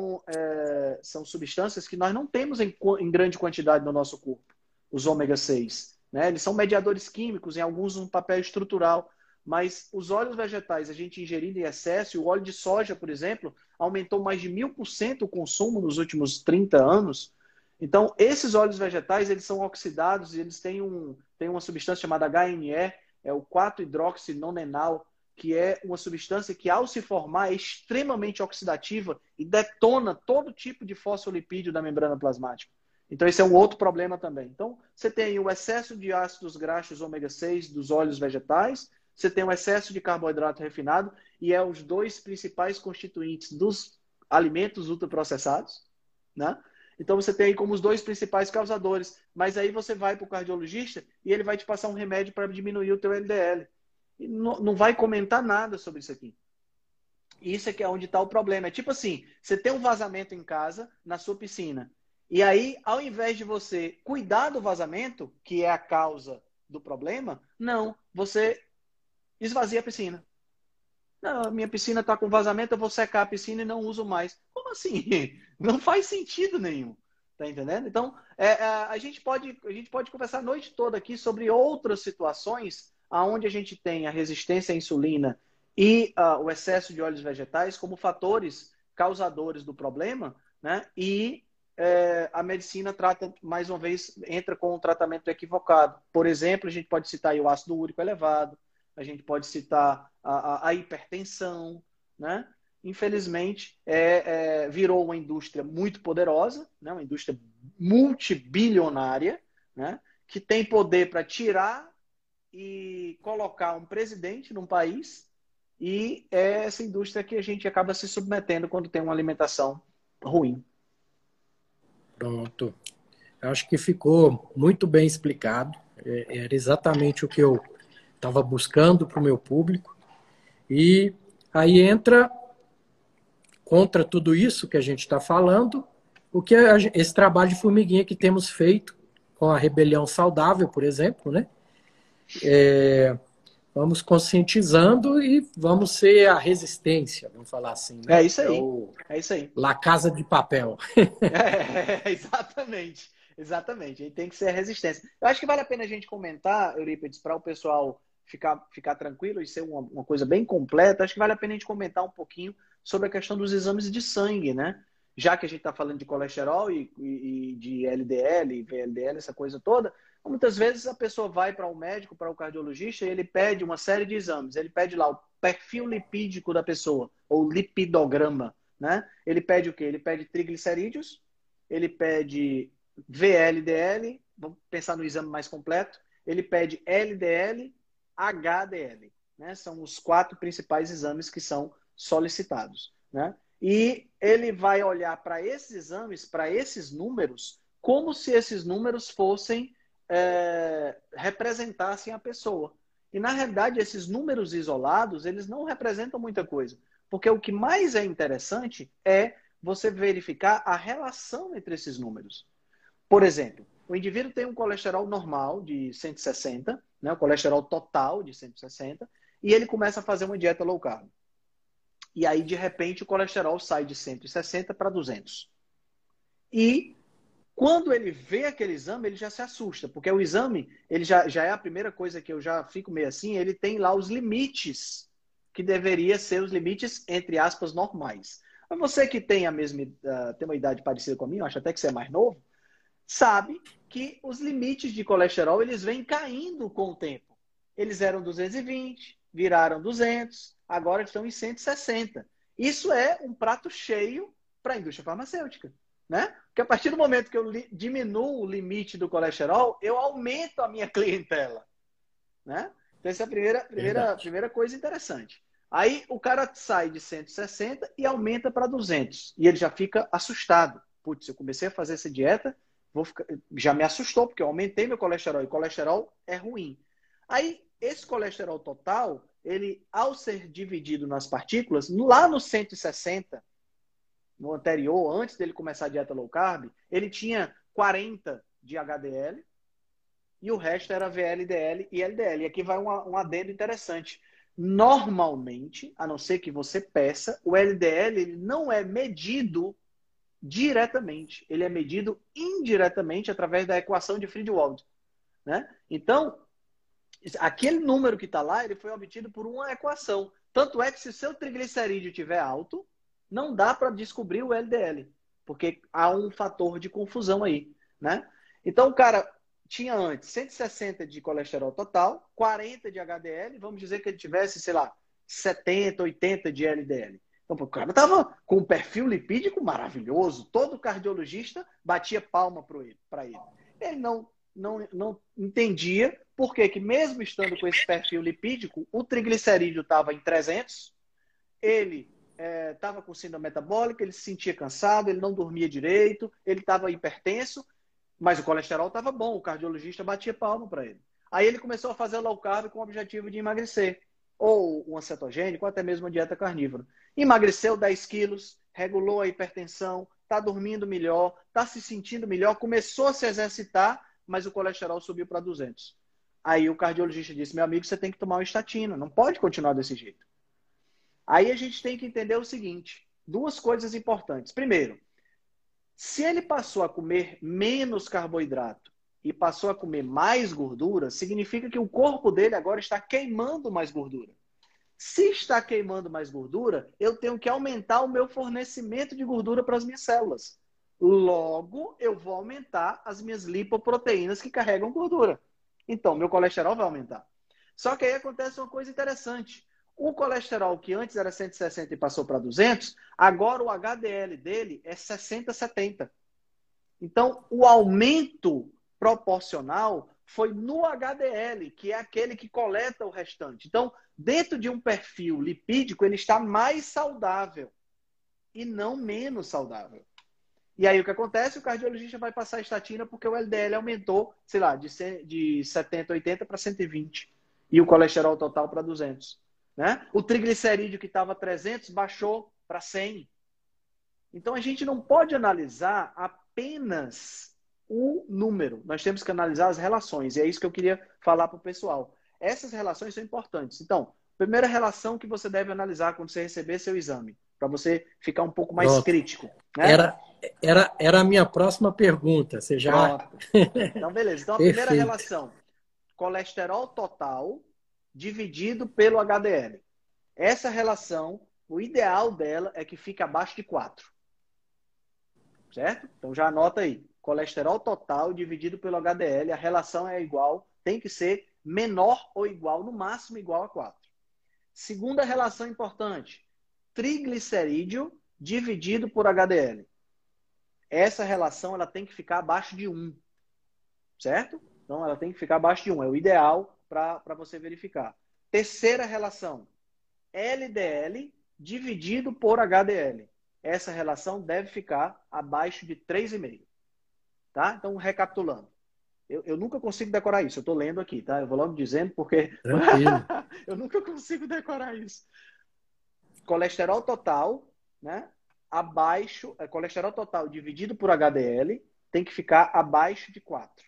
são substâncias que nós não temos em grande quantidade no nosso corpo, os ômega 6. Né? Eles são mediadores químicos, em alguns um papel estrutural, mas os óleos vegetais, a gente ingerindo em excesso, o óleo de soja, por exemplo, aumentou mais de 1000% o consumo nos últimos 30 anos. Então, esses óleos vegetais, eles são oxidados e eles têm uma substância chamada HNE, é o 4-hidroxinonenal, que é uma substância que, ao se formar, é extremamente oxidativa e detona todo tipo de fosfolipídio da membrana plasmática. Então, esse é um outro problema também. Então, você tem o excesso de ácidos graxos ômega 6 dos óleos vegetais, você tem o excesso de carboidrato refinado, e é os dois principais constituintes dos alimentos ultraprocessados, né? Então, você tem aí como os dois principais causadores. Mas aí você vai para o cardiologista e ele vai te passar um remédio para diminuir o teu LDL. E não vai comentar nada sobre isso aqui. Isso é que é onde está o problema. É tipo assim, você tem um vazamento em casa, na sua piscina. E aí, ao invés de você cuidar do vazamento, que é a causa do problema, não, você esvazia a piscina. Não, minha piscina está com vazamento, eu vou secar a piscina e não uso mais. Como assim? Não faz sentido nenhum. Tá entendendo? Então, a gente pode conversar a noite toda aqui sobre outras situações onde a gente tem a resistência à insulina e o excesso de óleos vegetais como fatores causadores do problema, né? E a medicina trata, mais uma vez, entra com um tratamento equivocado. Por exemplo, a gente pode citar aí o ácido úrico elevado, a gente pode citar a hipertensão, né? Infelizmente, virou uma indústria muito poderosa, né? Uma indústria multibilionária, né? Que tem poder para tirar e colocar um presidente num país, e é essa indústria que a gente acaba se submetendo quando tem uma alimentação ruim. Pronto. Acho que ficou muito bem explicado. Era exatamente o que eu estava buscando para o meu público. E aí entra, contra tudo isso que a gente está falando, o que é esse trabalho de formiguinha que temos feito com a Rebelião Saudável, por exemplo, né? Vamos conscientizando e vamos ser a resistência, vamos falar assim, né? É isso aí. É isso aí. La Casa de Papel. Exatamente. Exatamente. Aí tem que ser a resistência. Eu acho que vale a pena a gente comentar, Eurípides, para o pessoal ficar tranquilo e ser uma coisa bem completa. Acho que vale a pena a gente comentar um pouquinho sobre a questão dos exames de sangue, né? Já que a gente está falando de colesterol e de LDL, VLDL, essa coisa toda, muitas vezes a pessoa vai para o médico, para o cardiologista, e ele pede uma série de exames. Ele pede lá o perfil lipídico da pessoa, ou lipidograma, né? Ele pede o quê? Ele pede triglicerídeos, ele pede VLDL, vamos pensar no exame mais completo, ele pede LDL, HDL, né? São os 4 principais exames que são solicitados, né? E ele vai olhar para esses exames, para esses números, como se esses números fossem representassem a pessoa. E, na realidade, esses números isolados, eles não representam muita coisa. Porque o que mais é interessante é você verificar a relação entre esses números. Por exemplo, o indivíduo tem um colesterol normal de 160, né, o colesterol total de 160, e ele começa a fazer uma dieta low carb. E aí, de repente, o colesterol sai de 160 para 200. E quando ele vê aquele exame, ele já se assusta, porque o exame, ele já é a primeira coisa que eu já fico meio assim, ele tem lá os limites, que deveria ser os limites, entre aspas, normais. Mas você que tem tem uma idade parecida com a minha, eu acho até que você é mais novo, sabe que os limites de colesterol, eles vêm caindo com o tempo. Eles eram 220, viraram 200, agora estão em 160. Isso é um prato cheio para a indústria farmacêutica, né? Porque a partir do momento que eu diminuo o limite do colesterol, eu aumento a minha clientela, né? Então essa é a primeira coisa interessante. Aí o cara sai de 160 e aumenta para 200. E ele já fica assustado. Putz, eu comecei a fazer essa dieta, já me assustou, porque eu aumentei meu colesterol, e colesterol é ruim. Aí, esse colesterol total, ele, ao ser dividido nas partículas, lá no 160, no anterior, antes dele começar a dieta low carb, ele tinha 40 de HDL e o resto era VLDL e LDL. E aqui vai um adendo interessante. Normalmente, a não ser que você peça, o LDL ele não é medido diretamente. Ele é medido indiretamente através da equação de Friedewald, né? Então, aquele número que está lá, ele foi obtido por uma equação. Tanto é que se o seu triglicerídeo estiver alto, não dá para descobrir o LDL, porque há um fator de confusão aí, né? Então, o cara tinha antes 160 de colesterol total, 40 de HDL, vamos dizer que ele tivesse, sei lá, 70, 80 de LDL. Então, o cara estava com um perfil lipídico maravilhoso, todo cardiologista batia palma para ele. Ele não entendia por que mesmo estando com esse perfil lipídico, o triglicerídeo estava em 300, ele estava com síndrome metabólica, ele se sentia cansado, ele não dormia direito, ele estava hipertenso, mas o colesterol estava bom, o cardiologista batia palma para ele. Aí ele começou a fazer low carb com o objetivo de emagrecer, ou um cetogênico, ou até mesmo uma dieta carnívora. Emagreceu 10 quilos, regulou a hipertensão, está dormindo melhor, está se sentindo melhor, começou a se exercitar, mas o colesterol subiu para 200. Aí o cardiologista disse, meu amigo, você tem que tomar uma estatina, não pode continuar desse jeito. Aí a gente tem que entender o seguinte, duas coisas importantes. Primeiro, se ele passou a comer menos carboidrato e passou a comer mais gordura, significa que o corpo dele agora está queimando mais gordura. Se está queimando mais gordura, eu tenho que aumentar o meu fornecimento de gordura para as minhas células. Logo, eu vou aumentar as minhas lipoproteínas que carregam gordura. Então, meu colesterol vai aumentar. Só que aí acontece uma coisa interessante. O colesterol que antes era 160 e passou para 200, agora o HDL dele é 60, 70. Então, o aumento proporcional foi no HDL, que é aquele que coleta o restante. Então, dentro de um perfil lipídico, ele está mais saudável e não menos saudável. E aí o que acontece? O cardiologista vai passar a estatina porque o LDL aumentou, sei lá, de 70, 80 para 120 e o colesterol total para 200. Né? O triglicerídeo que estava 300 baixou para 100. Então a gente não pode analisar apenas o número. Nós temos que analisar as relações. E é isso que eu queria falar para o pessoal. Essas relações são importantes. Então, primeira relação que você deve analisar quando você receber seu exame, para você ficar um pouco mais crítico. Né? Era a minha próxima pergunta. Você já... Então, beleza. Então, a primeira relação, colesterol total dividido pelo HDL. Essa relação, o ideal dela é que fique abaixo de 4. Certo? Então já anota aí. Colesterol total dividido pelo HDL, a relação é igual, tem que ser menor ou igual, no máximo igual a 4. Segunda relação importante, triglicerídeo dividido por HDL. Essa relação ela tem que ficar abaixo de 1. Certo? Então ela tem que ficar abaixo de 1. É o ideal para você verificar. Terceira relação, LDL dividido por HDL. Essa relação deve ficar abaixo de 3,5. Tá? Então, recapitulando. Eu nunca consigo decorar isso. Eu estou lendo aqui, tá? Eu vou logo dizendo porque eu nunca consigo decorar isso. Colesterol total, né? Colesterol total dividido por HDL tem que ficar abaixo de 4.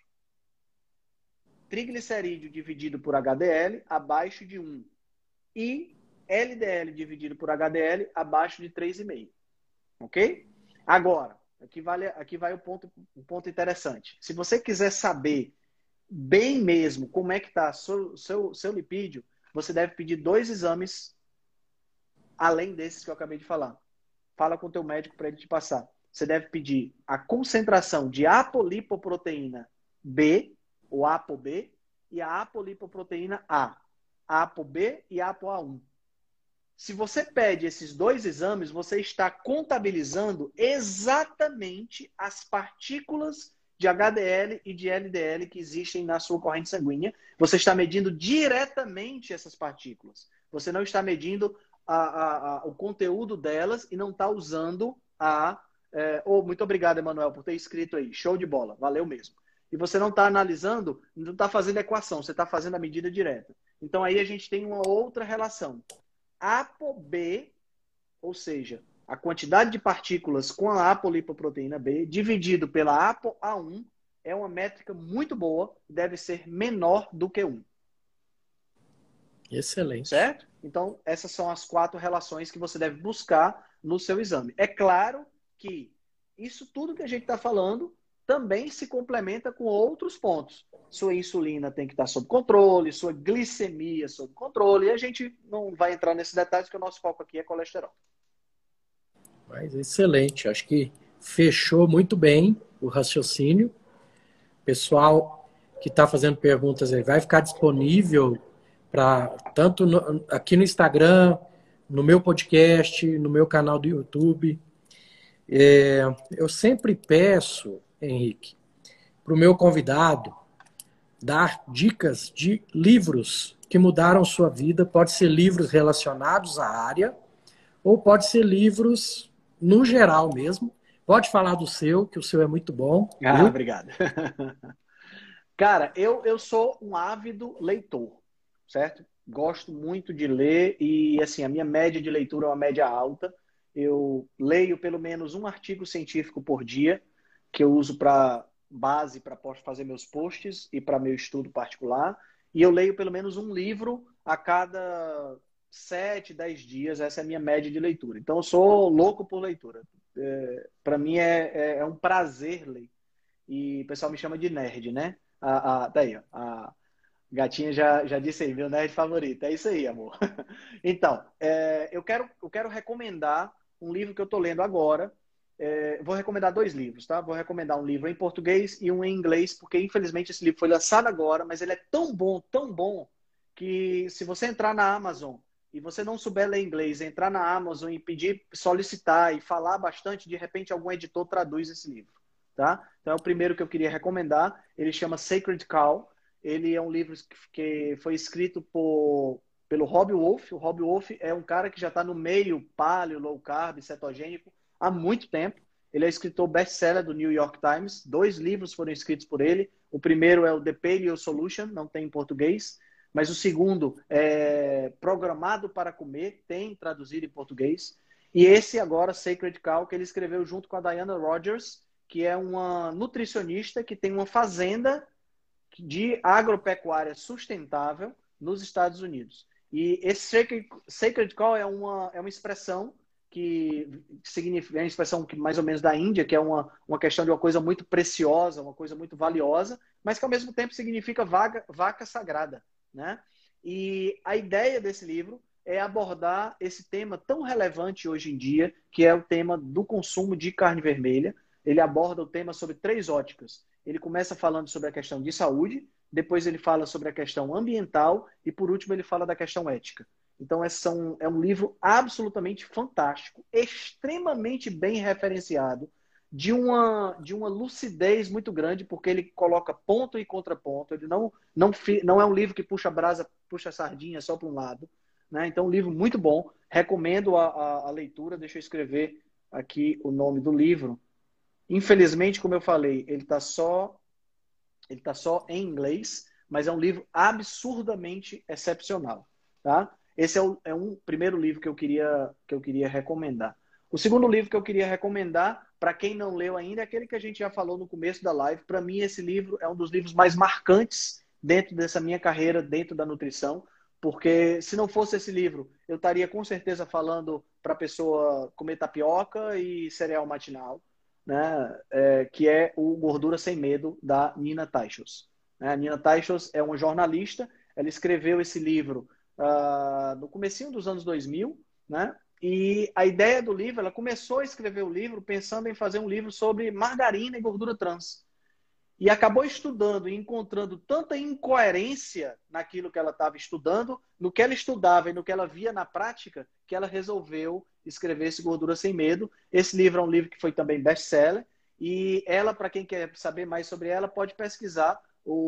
Triglicerídeo dividido por HDL, abaixo de 1. E LDL dividido por HDL, abaixo de 3,5. Ok? Agora, aqui vai o ponto interessante. Se você quiser saber bem mesmo como é que está seu lipídio, você deve pedir 2 exames além desses que eu acabei de falar. Fala com o teu médico para ele te passar. Você deve pedir a concentração de apolipoproteína B, o ApoB, e a apolipoproteína A. ApoB e ApoA1. Se você pede esses 2 exames, você está contabilizando exatamente as partículas de HDL e de LDL que existem na sua corrente sanguínea. Você está medindo diretamente essas partículas. Você não está medindo o conteúdo delas e não está usando muito obrigado, Emanuel, por ter escrito aí. Show de bola. Valeu mesmo. E você não está analisando, não está fazendo equação, você está fazendo a medida direta. Então aí a gente tem uma outra relação. ApoB, ou seja, a quantidade de partículas com a apolipoproteína B dividido pela ApoA1 é uma métrica muito boa, deve ser menor do que 1. Excelente. Certo? Então, essas são as 4 relações que você deve buscar no seu exame. É claro que isso tudo que a gente está falando também se complementa com outros pontos. Sua insulina tem que estar sob controle, sua glicemia sob controle, e a gente não vai entrar nesses detalhes, porque o nosso foco aqui é colesterol. Mas excelente. Acho que fechou muito bem o raciocínio. Pessoal que está fazendo perguntas aí, vai ficar disponível para tanto aqui no Instagram, no meu podcast, no meu canal do YouTube. Eu sempre peço, Henrique, para o meu convidado dar dicas de livros que mudaram sua vida. Pode ser livros relacionados à área ou pode ser livros no geral mesmo. Pode falar do seu, que o seu é muito bom. Ah, obrigado. Cara, eu sou um ávido leitor, certo? Gosto muito de ler e, assim, a minha média de leitura é uma média alta. Eu leio pelo menos um artigo científico por dia, que eu uso para base para fazer meus posts e para meu estudo particular. E eu leio pelo menos um livro a cada 7, 10 dias. Essa é a minha média de leitura. Então, eu sou louco por leitura. Para mim é um prazer ler. E o pessoal me chama de nerd, né? Tá aí, ó. A gatinha já disse aí, meu nerd favorito. É isso aí, amor. Então, eu quero recomendar um livro que eu estou lendo agora. Vou recomendar 2 livros, tá? Vou recomendar um livro em português e um em inglês, porque infelizmente esse livro foi lançado agora, mas ele é tão bom, que se você entrar na Amazon e você não souber ler inglês, entrar na Amazon e pedir, solicitar e falar bastante, de repente algum editor traduz esse livro, tá? Então é o primeiro que eu queria recomendar. Ele chama Sacred Cow. Ele é um livro que foi escrito pelo Robb Wolf. O Robb Wolf é um cara que já está no meio paleo, low carb, cetogênico há muito tempo. Ele é escritor best-seller do New York Times. 2 livros foram escritos por ele. O primeiro é o The Paleo Solution, não tem em português. Mas o segundo é Programado para Comer, tem traduzido em português. E esse agora, Sacred Cow, que ele escreveu junto com a Diana Rogers, que é uma nutricionista que tem uma fazenda de agropecuária sustentável nos Estados Unidos. E esse Sacred Cow é uma expressão que significa, é uma expressão que mais ou menos da Índia, que é uma questão de uma coisa muito preciosa, uma coisa muito valiosa, mas que ao mesmo tempo significa vaca sagrada, né? E a ideia desse livro é abordar esse tema tão relevante hoje em dia, que é o tema do consumo de carne vermelha. Ele aborda o tema sobre 3 óticas. Ele começa falando sobre a questão de saúde, depois ele fala sobre a questão ambiental e, por último, ele fala da questão ética. Então, é um livro absolutamente fantástico, extremamente bem referenciado, de uma lucidez muito grande, porque ele coloca ponto e contraponto. Ele não é um livro que puxa brasa, puxa sardinha só para um lado, né? Então, um livro muito bom. Recomendo a leitura. Deixa eu escrever aqui o nome do livro. Infelizmente, como eu falei, ele está só em inglês, mas é um livro absurdamente excepcional, tá? Esse é um primeiro livro que eu queria recomendar. O segundo livro que eu queria recomendar, para quem não leu ainda, é aquele que a gente já falou no começo da live. Para mim, esse livro é um dos livros mais marcantes dentro dessa minha carreira, dentro da nutrição, porque se não fosse esse livro, eu estaria com certeza falando para a pessoa comer tapioca e cereal matinal, né? Que é o Gordura Sem Medo, da Nina Teicholz. A Nina Teicholz é uma jornalista. Ela escreveu esse livro no comecinho dos anos 2000, né? E a ideia do livro, ela começou a escrever o livro pensando em fazer um livro sobre margarina e gordura trans. E acabou estudando e encontrando tanta incoerência naquilo que ela estava estudando, no que ela estudava e no que ela via na prática, que ela resolveu escrever esse Gordura Sem Medo. Esse livro é um livro que foi também best-seller. E ela, para quem quer saber mais sobre ela, pode pesquisar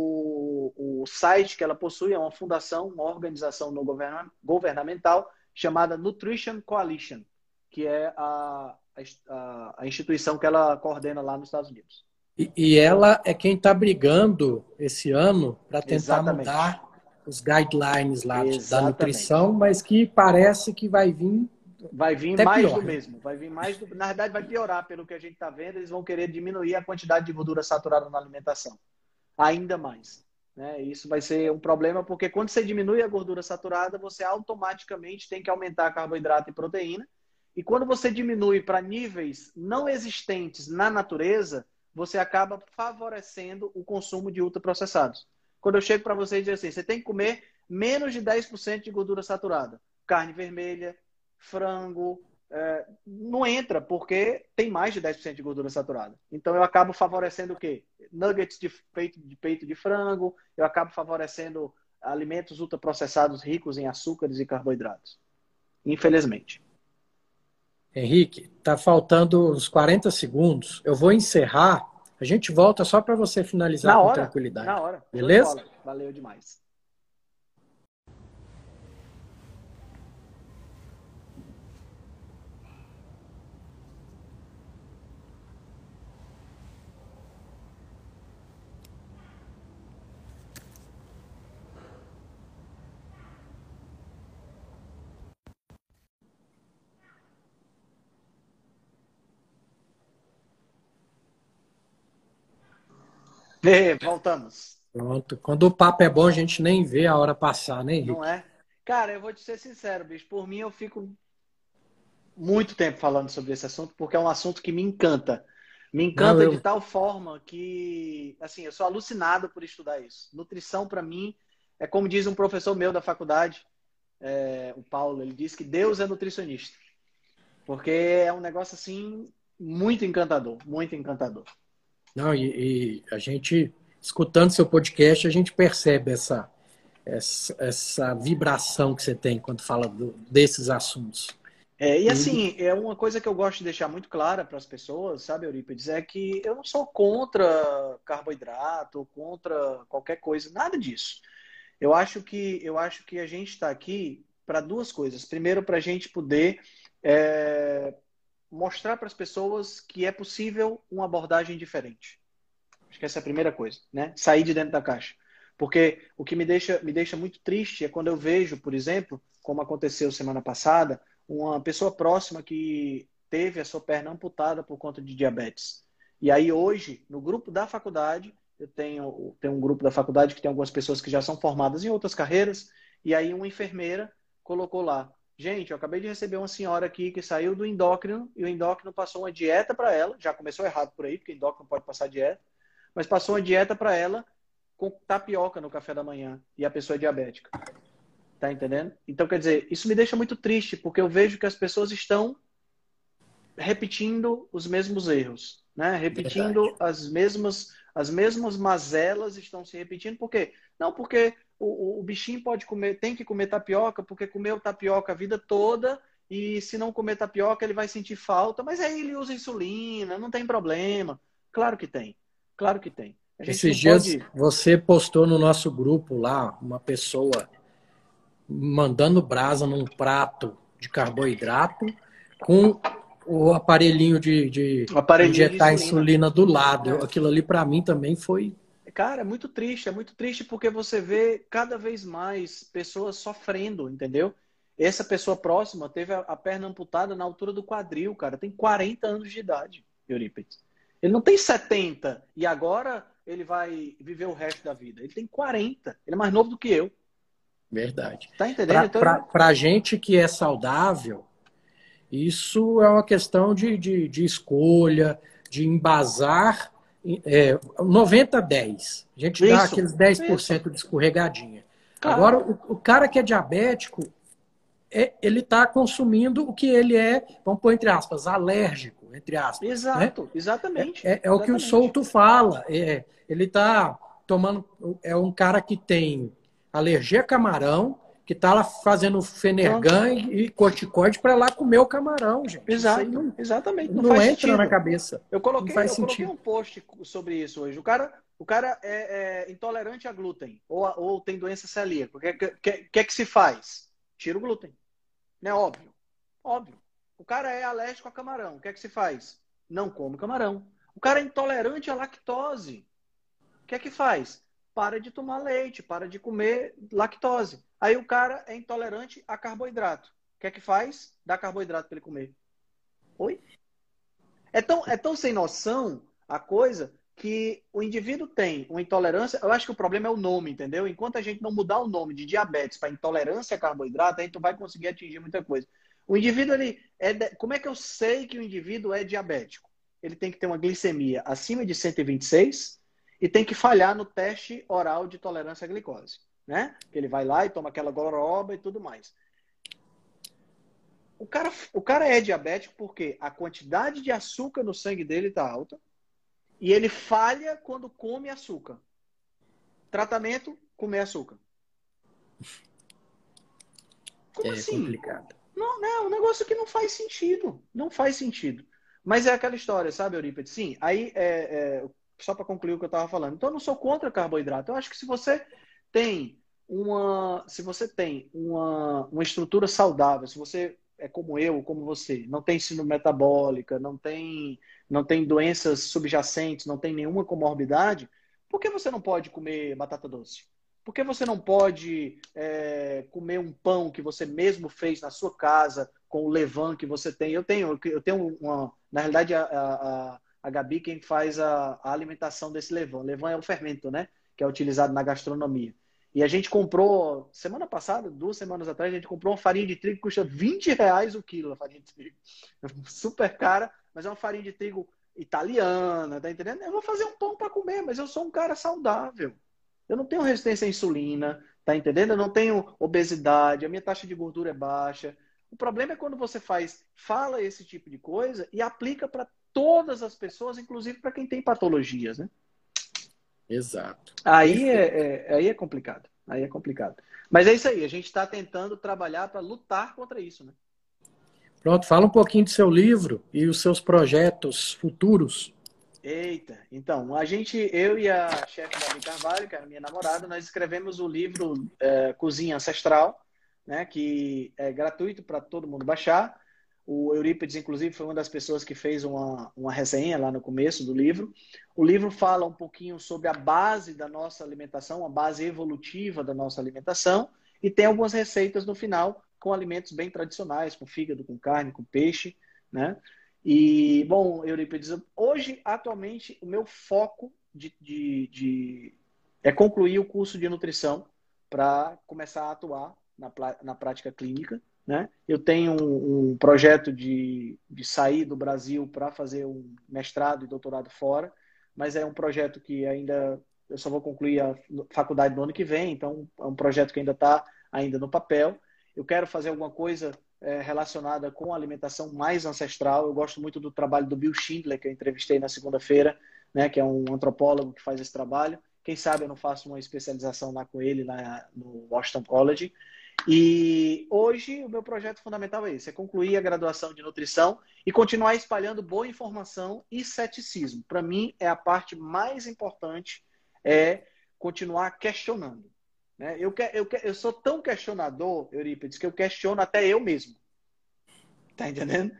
o site que ela possui. É uma fundação, uma organização não governamental chamada Nutrition Coalition, que é a instituição que ela coordena lá nos Estados Unidos. E ela é quem está brigando esse ano para tentar Exatamente. mudar os guidelines lá da Exatamente. nutrição, mas que parece que vai vir Vai vir até mais pior, do né? mesmo. Vai vir mais do... Na verdade, vai piorar pelo que a gente está vendo. Eles vão querer diminuir a quantidade de gordura saturada na alimentação. Ainda mais. Né? Isso vai ser um problema, porque quando você diminui a gordura saturada, você automaticamente tem que aumentar carboidrato e proteína. E quando você diminui para níveis não existentes na natureza, você acaba favorecendo o consumo de ultraprocessados. Quando eu chego para você e dizer assim, você tem que comer menos de 10% de gordura saturada. Carne vermelha, frango, não entra, porque tem mais de 10% de gordura saturada. Então eu acabo favorecendo o quê? Nuggets de peito de frango, eu acabo favorecendo alimentos ultraprocessados ricos em açúcares e carboidratos. Infelizmente. Henrique, tá faltando uns 40 segundos. Eu vou encerrar. A gente volta só para você finalizar Na com hora, tranquilidade. Show de Beleza? bola. Valeu demais. E, voltamos. Pronto. Quando o papo é bom, a gente nem vê a hora passar, né, Não Henrique? é? Cara, eu vou te ser sincero, bicho. Por mim, eu fico muito tempo falando sobre esse assunto, porque é um assunto que me encanta. Me Não, encanta de tal forma que, assim, eu sou alucinado por estudar isso. Nutrição, para mim, é como diz um professor meu da faculdade, o Paulo, ele diz que Deus é nutricionista. Porque é um negócio, assim, muito encantador, muito encantador. não, e a gente, escutando seu podcast, a gente percebe essa vibração que você tem quando fala desses assuntos. E E, assim, é uma coisa que eu gosto de deixar muito clara para as pessoas, sabe, Eurípides, é que eu não sou contra carboidrato, contra qualquer coisa, nada disso. Eu acho que a gente está aqui para duas coisas. Primeiro, para a gente poder é, mostrar para as pessoas que é possível uma abordagem diferente. Acho que essa é a primeira coisa, né? Sair de dentro da caixa. Porque o que me deixa muito triste é quando eu vejo, por exemplo, como aconteceu semana passada, uma pessoa próxima que teve a sua perna amputada por conta de diabetes. E aí hoje, no grupo da faculdade, eu tenho um grupo da faculdade que tem algumas pessoas que já são formadas em outras carreiras, e aí uma enfermeira colocou lá: gente, eu acabei de receber uma senhora aqui que saiu do endócrino, e o endócrino passou uma dieta para ela, já começou errado por aí, porque endócrino pode passar dieta, mas passou uma dieta para ela com tapioca no café da manhã, e a pessoa é diabética. Tá entendendo? Então, quer dizer, isso me deixa muito triste, porque eu vejo que as pessoas estão repetindo os mesmos erros, né? verdade. Repetindo as mesmas mazelas estão se repetindo. Por quê? Não, porque o bichinho pode comer, tem que comer tapioca, porque comeu tapioca a vida toda, e se não comer tapioca ele vai sentir falta, mas aí ele usa insulina, não tem problema. Claro que tem. Claro que tem. A gente Esses não dias pode... você postou no nosso grupo lá uma pessoa mandando brasa num prato de carboidrato com o aparelhinho de O aparelhinho de injetar insulina. insulina do lado. É. Aquilo ali para mim também foi Cara, é muito triste porque você vê cada vez mais pessoas sofrendo, entendeu? Essa pessoa próxima teve a perna amputada na altura do quadril, cara. Tem 40 anos de idade, Eurípides. Ele não tem 70 e agora ele vai viver o resto da vida. Ele tem 40. Ele é mais novo do que eu. verdade. Tá entendendo? Então, Para a gente que é saudável, isso é uma questão de escolha, de embasar 90-10. A gente dá isso. aqueles dez por Isso. cento de escorregadinha. Agora, Claro. o cara que é diabético, ele está consumindo o que ele é, vamos pôr entre aspas, alérgico, entre aspas. Né? Exato. Exatamente. É o que o Exatamente. Souto fala. Ele está tomando. É um cara que tem alergia a camarão, que está lá fazendo Pronto. Fenergan e corticoide para lá comer o camarão, gente. Isso aí Exato. Exatamente. Não não faz entra na sentido. cabeça. Eu Não coloquei, faz eu coloquei sentido. um post sobre isso hoje. O cara é intolerante a glúten ou tem doença celíaca. O que é que se faz? Tira o glúten. Né? Óbvio. Óbvio. O cara é alérgico a camarão. O que é que se faz? Não come camarão. O cara é intolerante à lactose. O que é que faz? Para de tomar leite, para de comer lactose. Aí o cara é intolerante a carboidrato. que é que faz? Dá carboidrato para ele comer. Oi? É tão sem noção a coisa que o indivíduo tem uma intolerância. Eu acho que o problema é o nome, entendeu? Enquanto a gente não mudar o nome de diabetes para intolerância a carboidrato, a gente não vai conseguir atingir muita coisa. O indivíduo, como é que eu sei que o indivíduo é diabético? Ele tem que ter uma glicemia acima de 126 e tem que falhar no teste oral de tolerância à glicose, né? Ele vai lá e toma aquela gororoba e tudo mais. O cara é diabético porque a quantidade de açúcar no sangue dele está alta e ele falha quando come açúcar. Tratamento, comer açúcar. Como assim? É complicado. Não, é um negócio que não faz sentido. Não faz sentido. Mas é aquela história, sabe, Eurípides? Sim, aí, só para concluir o que eu estava falando. Então, eu não sou contra carboidrato. Eu acho que se você tem uma estrutura saudável, se você é como eu, como você, não tem síndrome metabólica, não tem doenças subjacentes, não tem nenhuma comorbidade, por que você não pode comer batata doce? Por que você não pode comer um pão que você mesmo fez na sua casa com o levain que você tem? Eu tenho uma... Na realidade, a Gabi quem faz a alimentação desse levain. Levain é o fermento, né? Que é utilizado na gastronomia. E a gente comprou, semana passada, 2 semanas atrás, a gente comprou uma farinha de trigo que custa R$20 o quilo, a farinha de trigo. Super cara, mas é uma farinha de trigo italiana, tá entendendo? Eu vou fazer um pão para comer, mas eu sou um cara saudável. Eu não tenho resistência à insulina, tá entendendo? Eu não tenho obesidade, a minha taxa de gordura é baixa. O problema é quando você fala esse tipo de coisa e aplica para todas as pessoas, inclusive para quem tem patologias, né? Exato. Aí é complicado. Aí é complicado. Mas é isso aí, a gente está tentando trabalhar para lutar contra isso, né? Pronto, fala um pouquinho do seu livro e os seus projetos futuros. Eita, então, eu e a chefe Gabi Carvalho, que é a minha namorada, nós escrevemos o livro Cozinha Ancestral, né, que é gratuito para todo mundo baixar. O Eurípides, inclusive, foi uma das pessoas que fez uma resenha lá no começo do livro. O livro fala um pouquinho sobre a base da nossa alimentação, a base evolutiva da nossa alimentação, e tem algumas receitas no final com alimentos bem tradicionais, com fígado, com carne, com peixe, né? E, bom, Eurípides, hoje, atualmente, o meu foco é concluir o curso de nutrição para começar a atuar na prática clínica, né? Eu tenho um projeto de sair do Brasil para fazer um mestrado e doutorado fora, mas é um projeto que ainda eu só vou concluir a faculdade no ano que vem, então é um projeto que ainda está no papel. Eu quero fazer alguma coisa relacionada com a alimentação mais ancestral. Eu gosto muito do trabalho do Bill Schindler, que eu entrevistei na segunda-feira, né, que é um antropólogo que faz esse trabalho. Quem sabe eu não faço uma especialização lá com ele, lá no Washington College. E hoje o meu projeto fundamental é esse, é concluir a graduação de nutrição e continuar espalhando boa informação e ceticismo. Para mim, é a parte mais importante, é continuar questionando. Né? Eu sou tão questionador, Eurípides, que eu questiono até eu mesmo. Tá entendendo?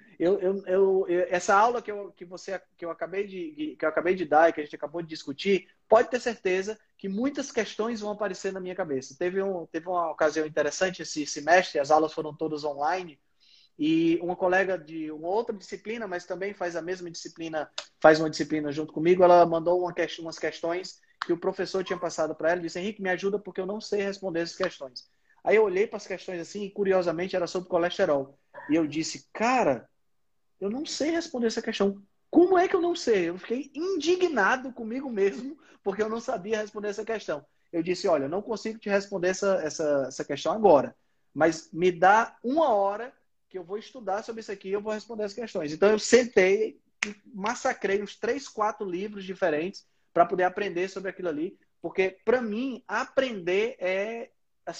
Essa aula que eu acabei de dar e que a gente acabou de discutir, pode ter certeza que muitas questões vão aparecer na minha cabeça. Teve uma ocasião interessante esse semestre, as aulas foram todas online, e uma colega de uma outra disciplina, mas também faz a mesma disciplina, faz uma disciplina junto comigo, ela mandou umas questões que o professor tinha passado para ela e disse: Henrique, me ajuda porque eu não sei responder essas questões. Aí eu olhei para as questões assim e, curiosamente, era sobre colesterol. E eu disse: cara, eu não sei responder essa questão. Como é que eu não sei? Eu fiquei indignado comigo mesmo porque eu não sabia responder essa questão. Eu disse: olha, eu não consigo te responder essa questão agora, mas me dá 1 hora que eu vou estudar sobre isso aqui e eu vou responder as questões. Então eu sentei e massacrei uns 3, 4 livros diferentes para poder aprender sobre aquilo ali, porque para mim aprender é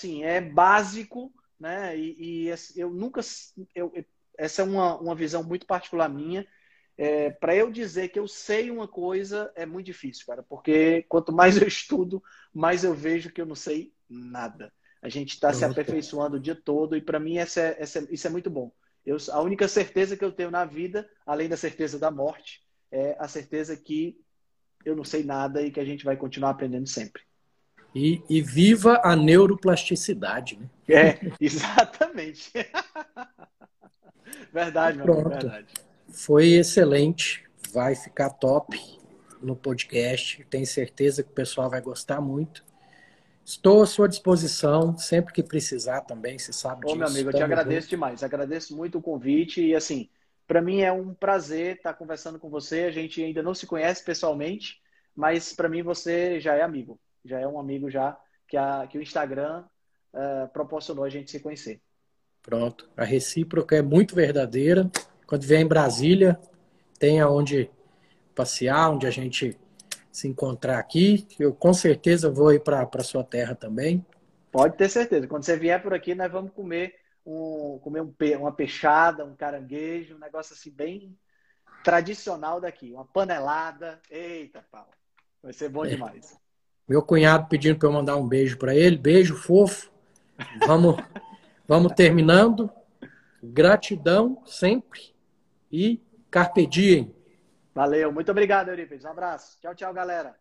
básico, né? Eu nunca essa é uma visão muito particular minha. Para eu dizer que eu sei uma coisa é muito difícil, cara, porque quanto mais eu estudo, mais eu vejo que eu não sei nada. A gente está se aperfeiçoando o dia todo e para mim isso é muito bom. A única certeza que eu tenho na vida, além da certeza da morte, é a certeza que eu não sei nada e que a gente vai continuar aprendendo sempre. E viva a neuroplasticidade, né? Exatamente. Verdade, meu amigo, Pronto. verdade. Foi excelente. Vai ficar top no podcast. Tenho certeza que o pessoal vai gostar muito. Estou à sua disposição, sempre que precisar também, você sabe Ô, meu disso. amigo, eu te Tamo agradeço junto. demais. Agradeço muito o convite e, assim, para mim é um prazer estar conversando com você. A gente ainda não se conhece pessoalmente, mas para mim você já é amigo. Já é um amigo já que o Instagram proporcionou a gente se conhecer. Pronto. A recíproca é muito verdadeira. Quando vier em Brasília, tem aonde passear, onde a gente se encontrar aqui. Eu com certeza vou ir para a sua terra também. Pode ter certeza. Quando você vier por aqui, nós vamos comer uma peixada, um caranguejo, um negócio assim bem tradicional daqui. Uma panelada. Eita, pau. Vai ser bom demais. Meu cunhado pedindo para eu mandar um beijo para ele. Beijo fofo. Vamos terminando. Gratidão sempre e carpe diem. Valeu. Muito obrigado, Eurípides. Um abraço. Tchau, tchau, galera.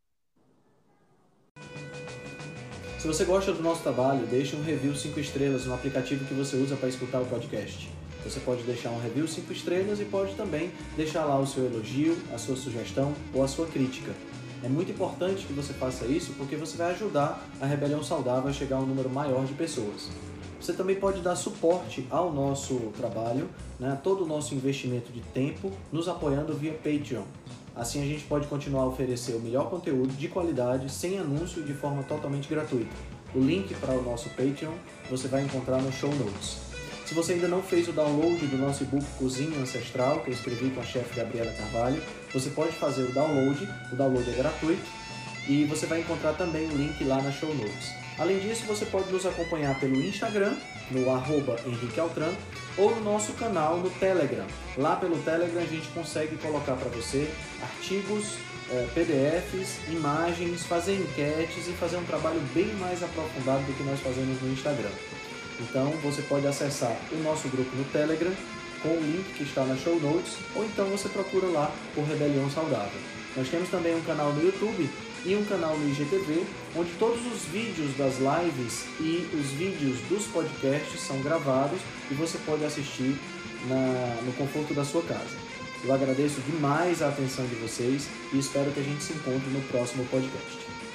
Se você gosta do nosso trabalho, deixe um review 5 estrelas no aplicativo que você usa para escutar o podcast. Você pode deixar um review 5 estrelas e pode também deixar lá o seu elogio, a sua sugestão ou a sua crítica. É muito importante que você faça isso porque você vai ajudar a Rebelião Saudável a chegar a um número maior de pessoas. Você também pode dar suporte ao nosso trabalho, né, todo o nosso investimento de tempo, nos apoiando via Patreon. Assim a gente pode continuar a oferecer o melhor conteúdo de qualidade, sem anúncio e de forma totalmente gratuita. O link para o nosso Patreon você vai encontrar no show notes. Se você ainda não fez o download do nosso e-book Cozinha Ancestral, que eu escrevi com a chefe Gabriela Carvalho, você pode fazer o download é gratuito e você vai encontrar também o link lá na show notes. Além disso, você pode nos acompanhar pelo Instagram, no @HenriqueAltran, ou no nosso canal no Telegram. Lá pelo Telegram a gente consegue colocar para você artigos, PDFs, imagens, fazer enquetes e fazer um trabalho bem mais aprofundado do que nós fazemos no Instagram. Então você pode acessar o nosso grupo no Telegram com o link que está na show notes, ou então você procura lá por Rebelião Saudável. Nós temos também um canal no YouTube e um canal no IGTV, onde todos os vídeos das lives e os vídeos dos podcasts são gravados e você pode assistir no conforto da sua casa. Eu agradeço demais a atenção de vocês e espero que a gente se encontre no próximo podcast.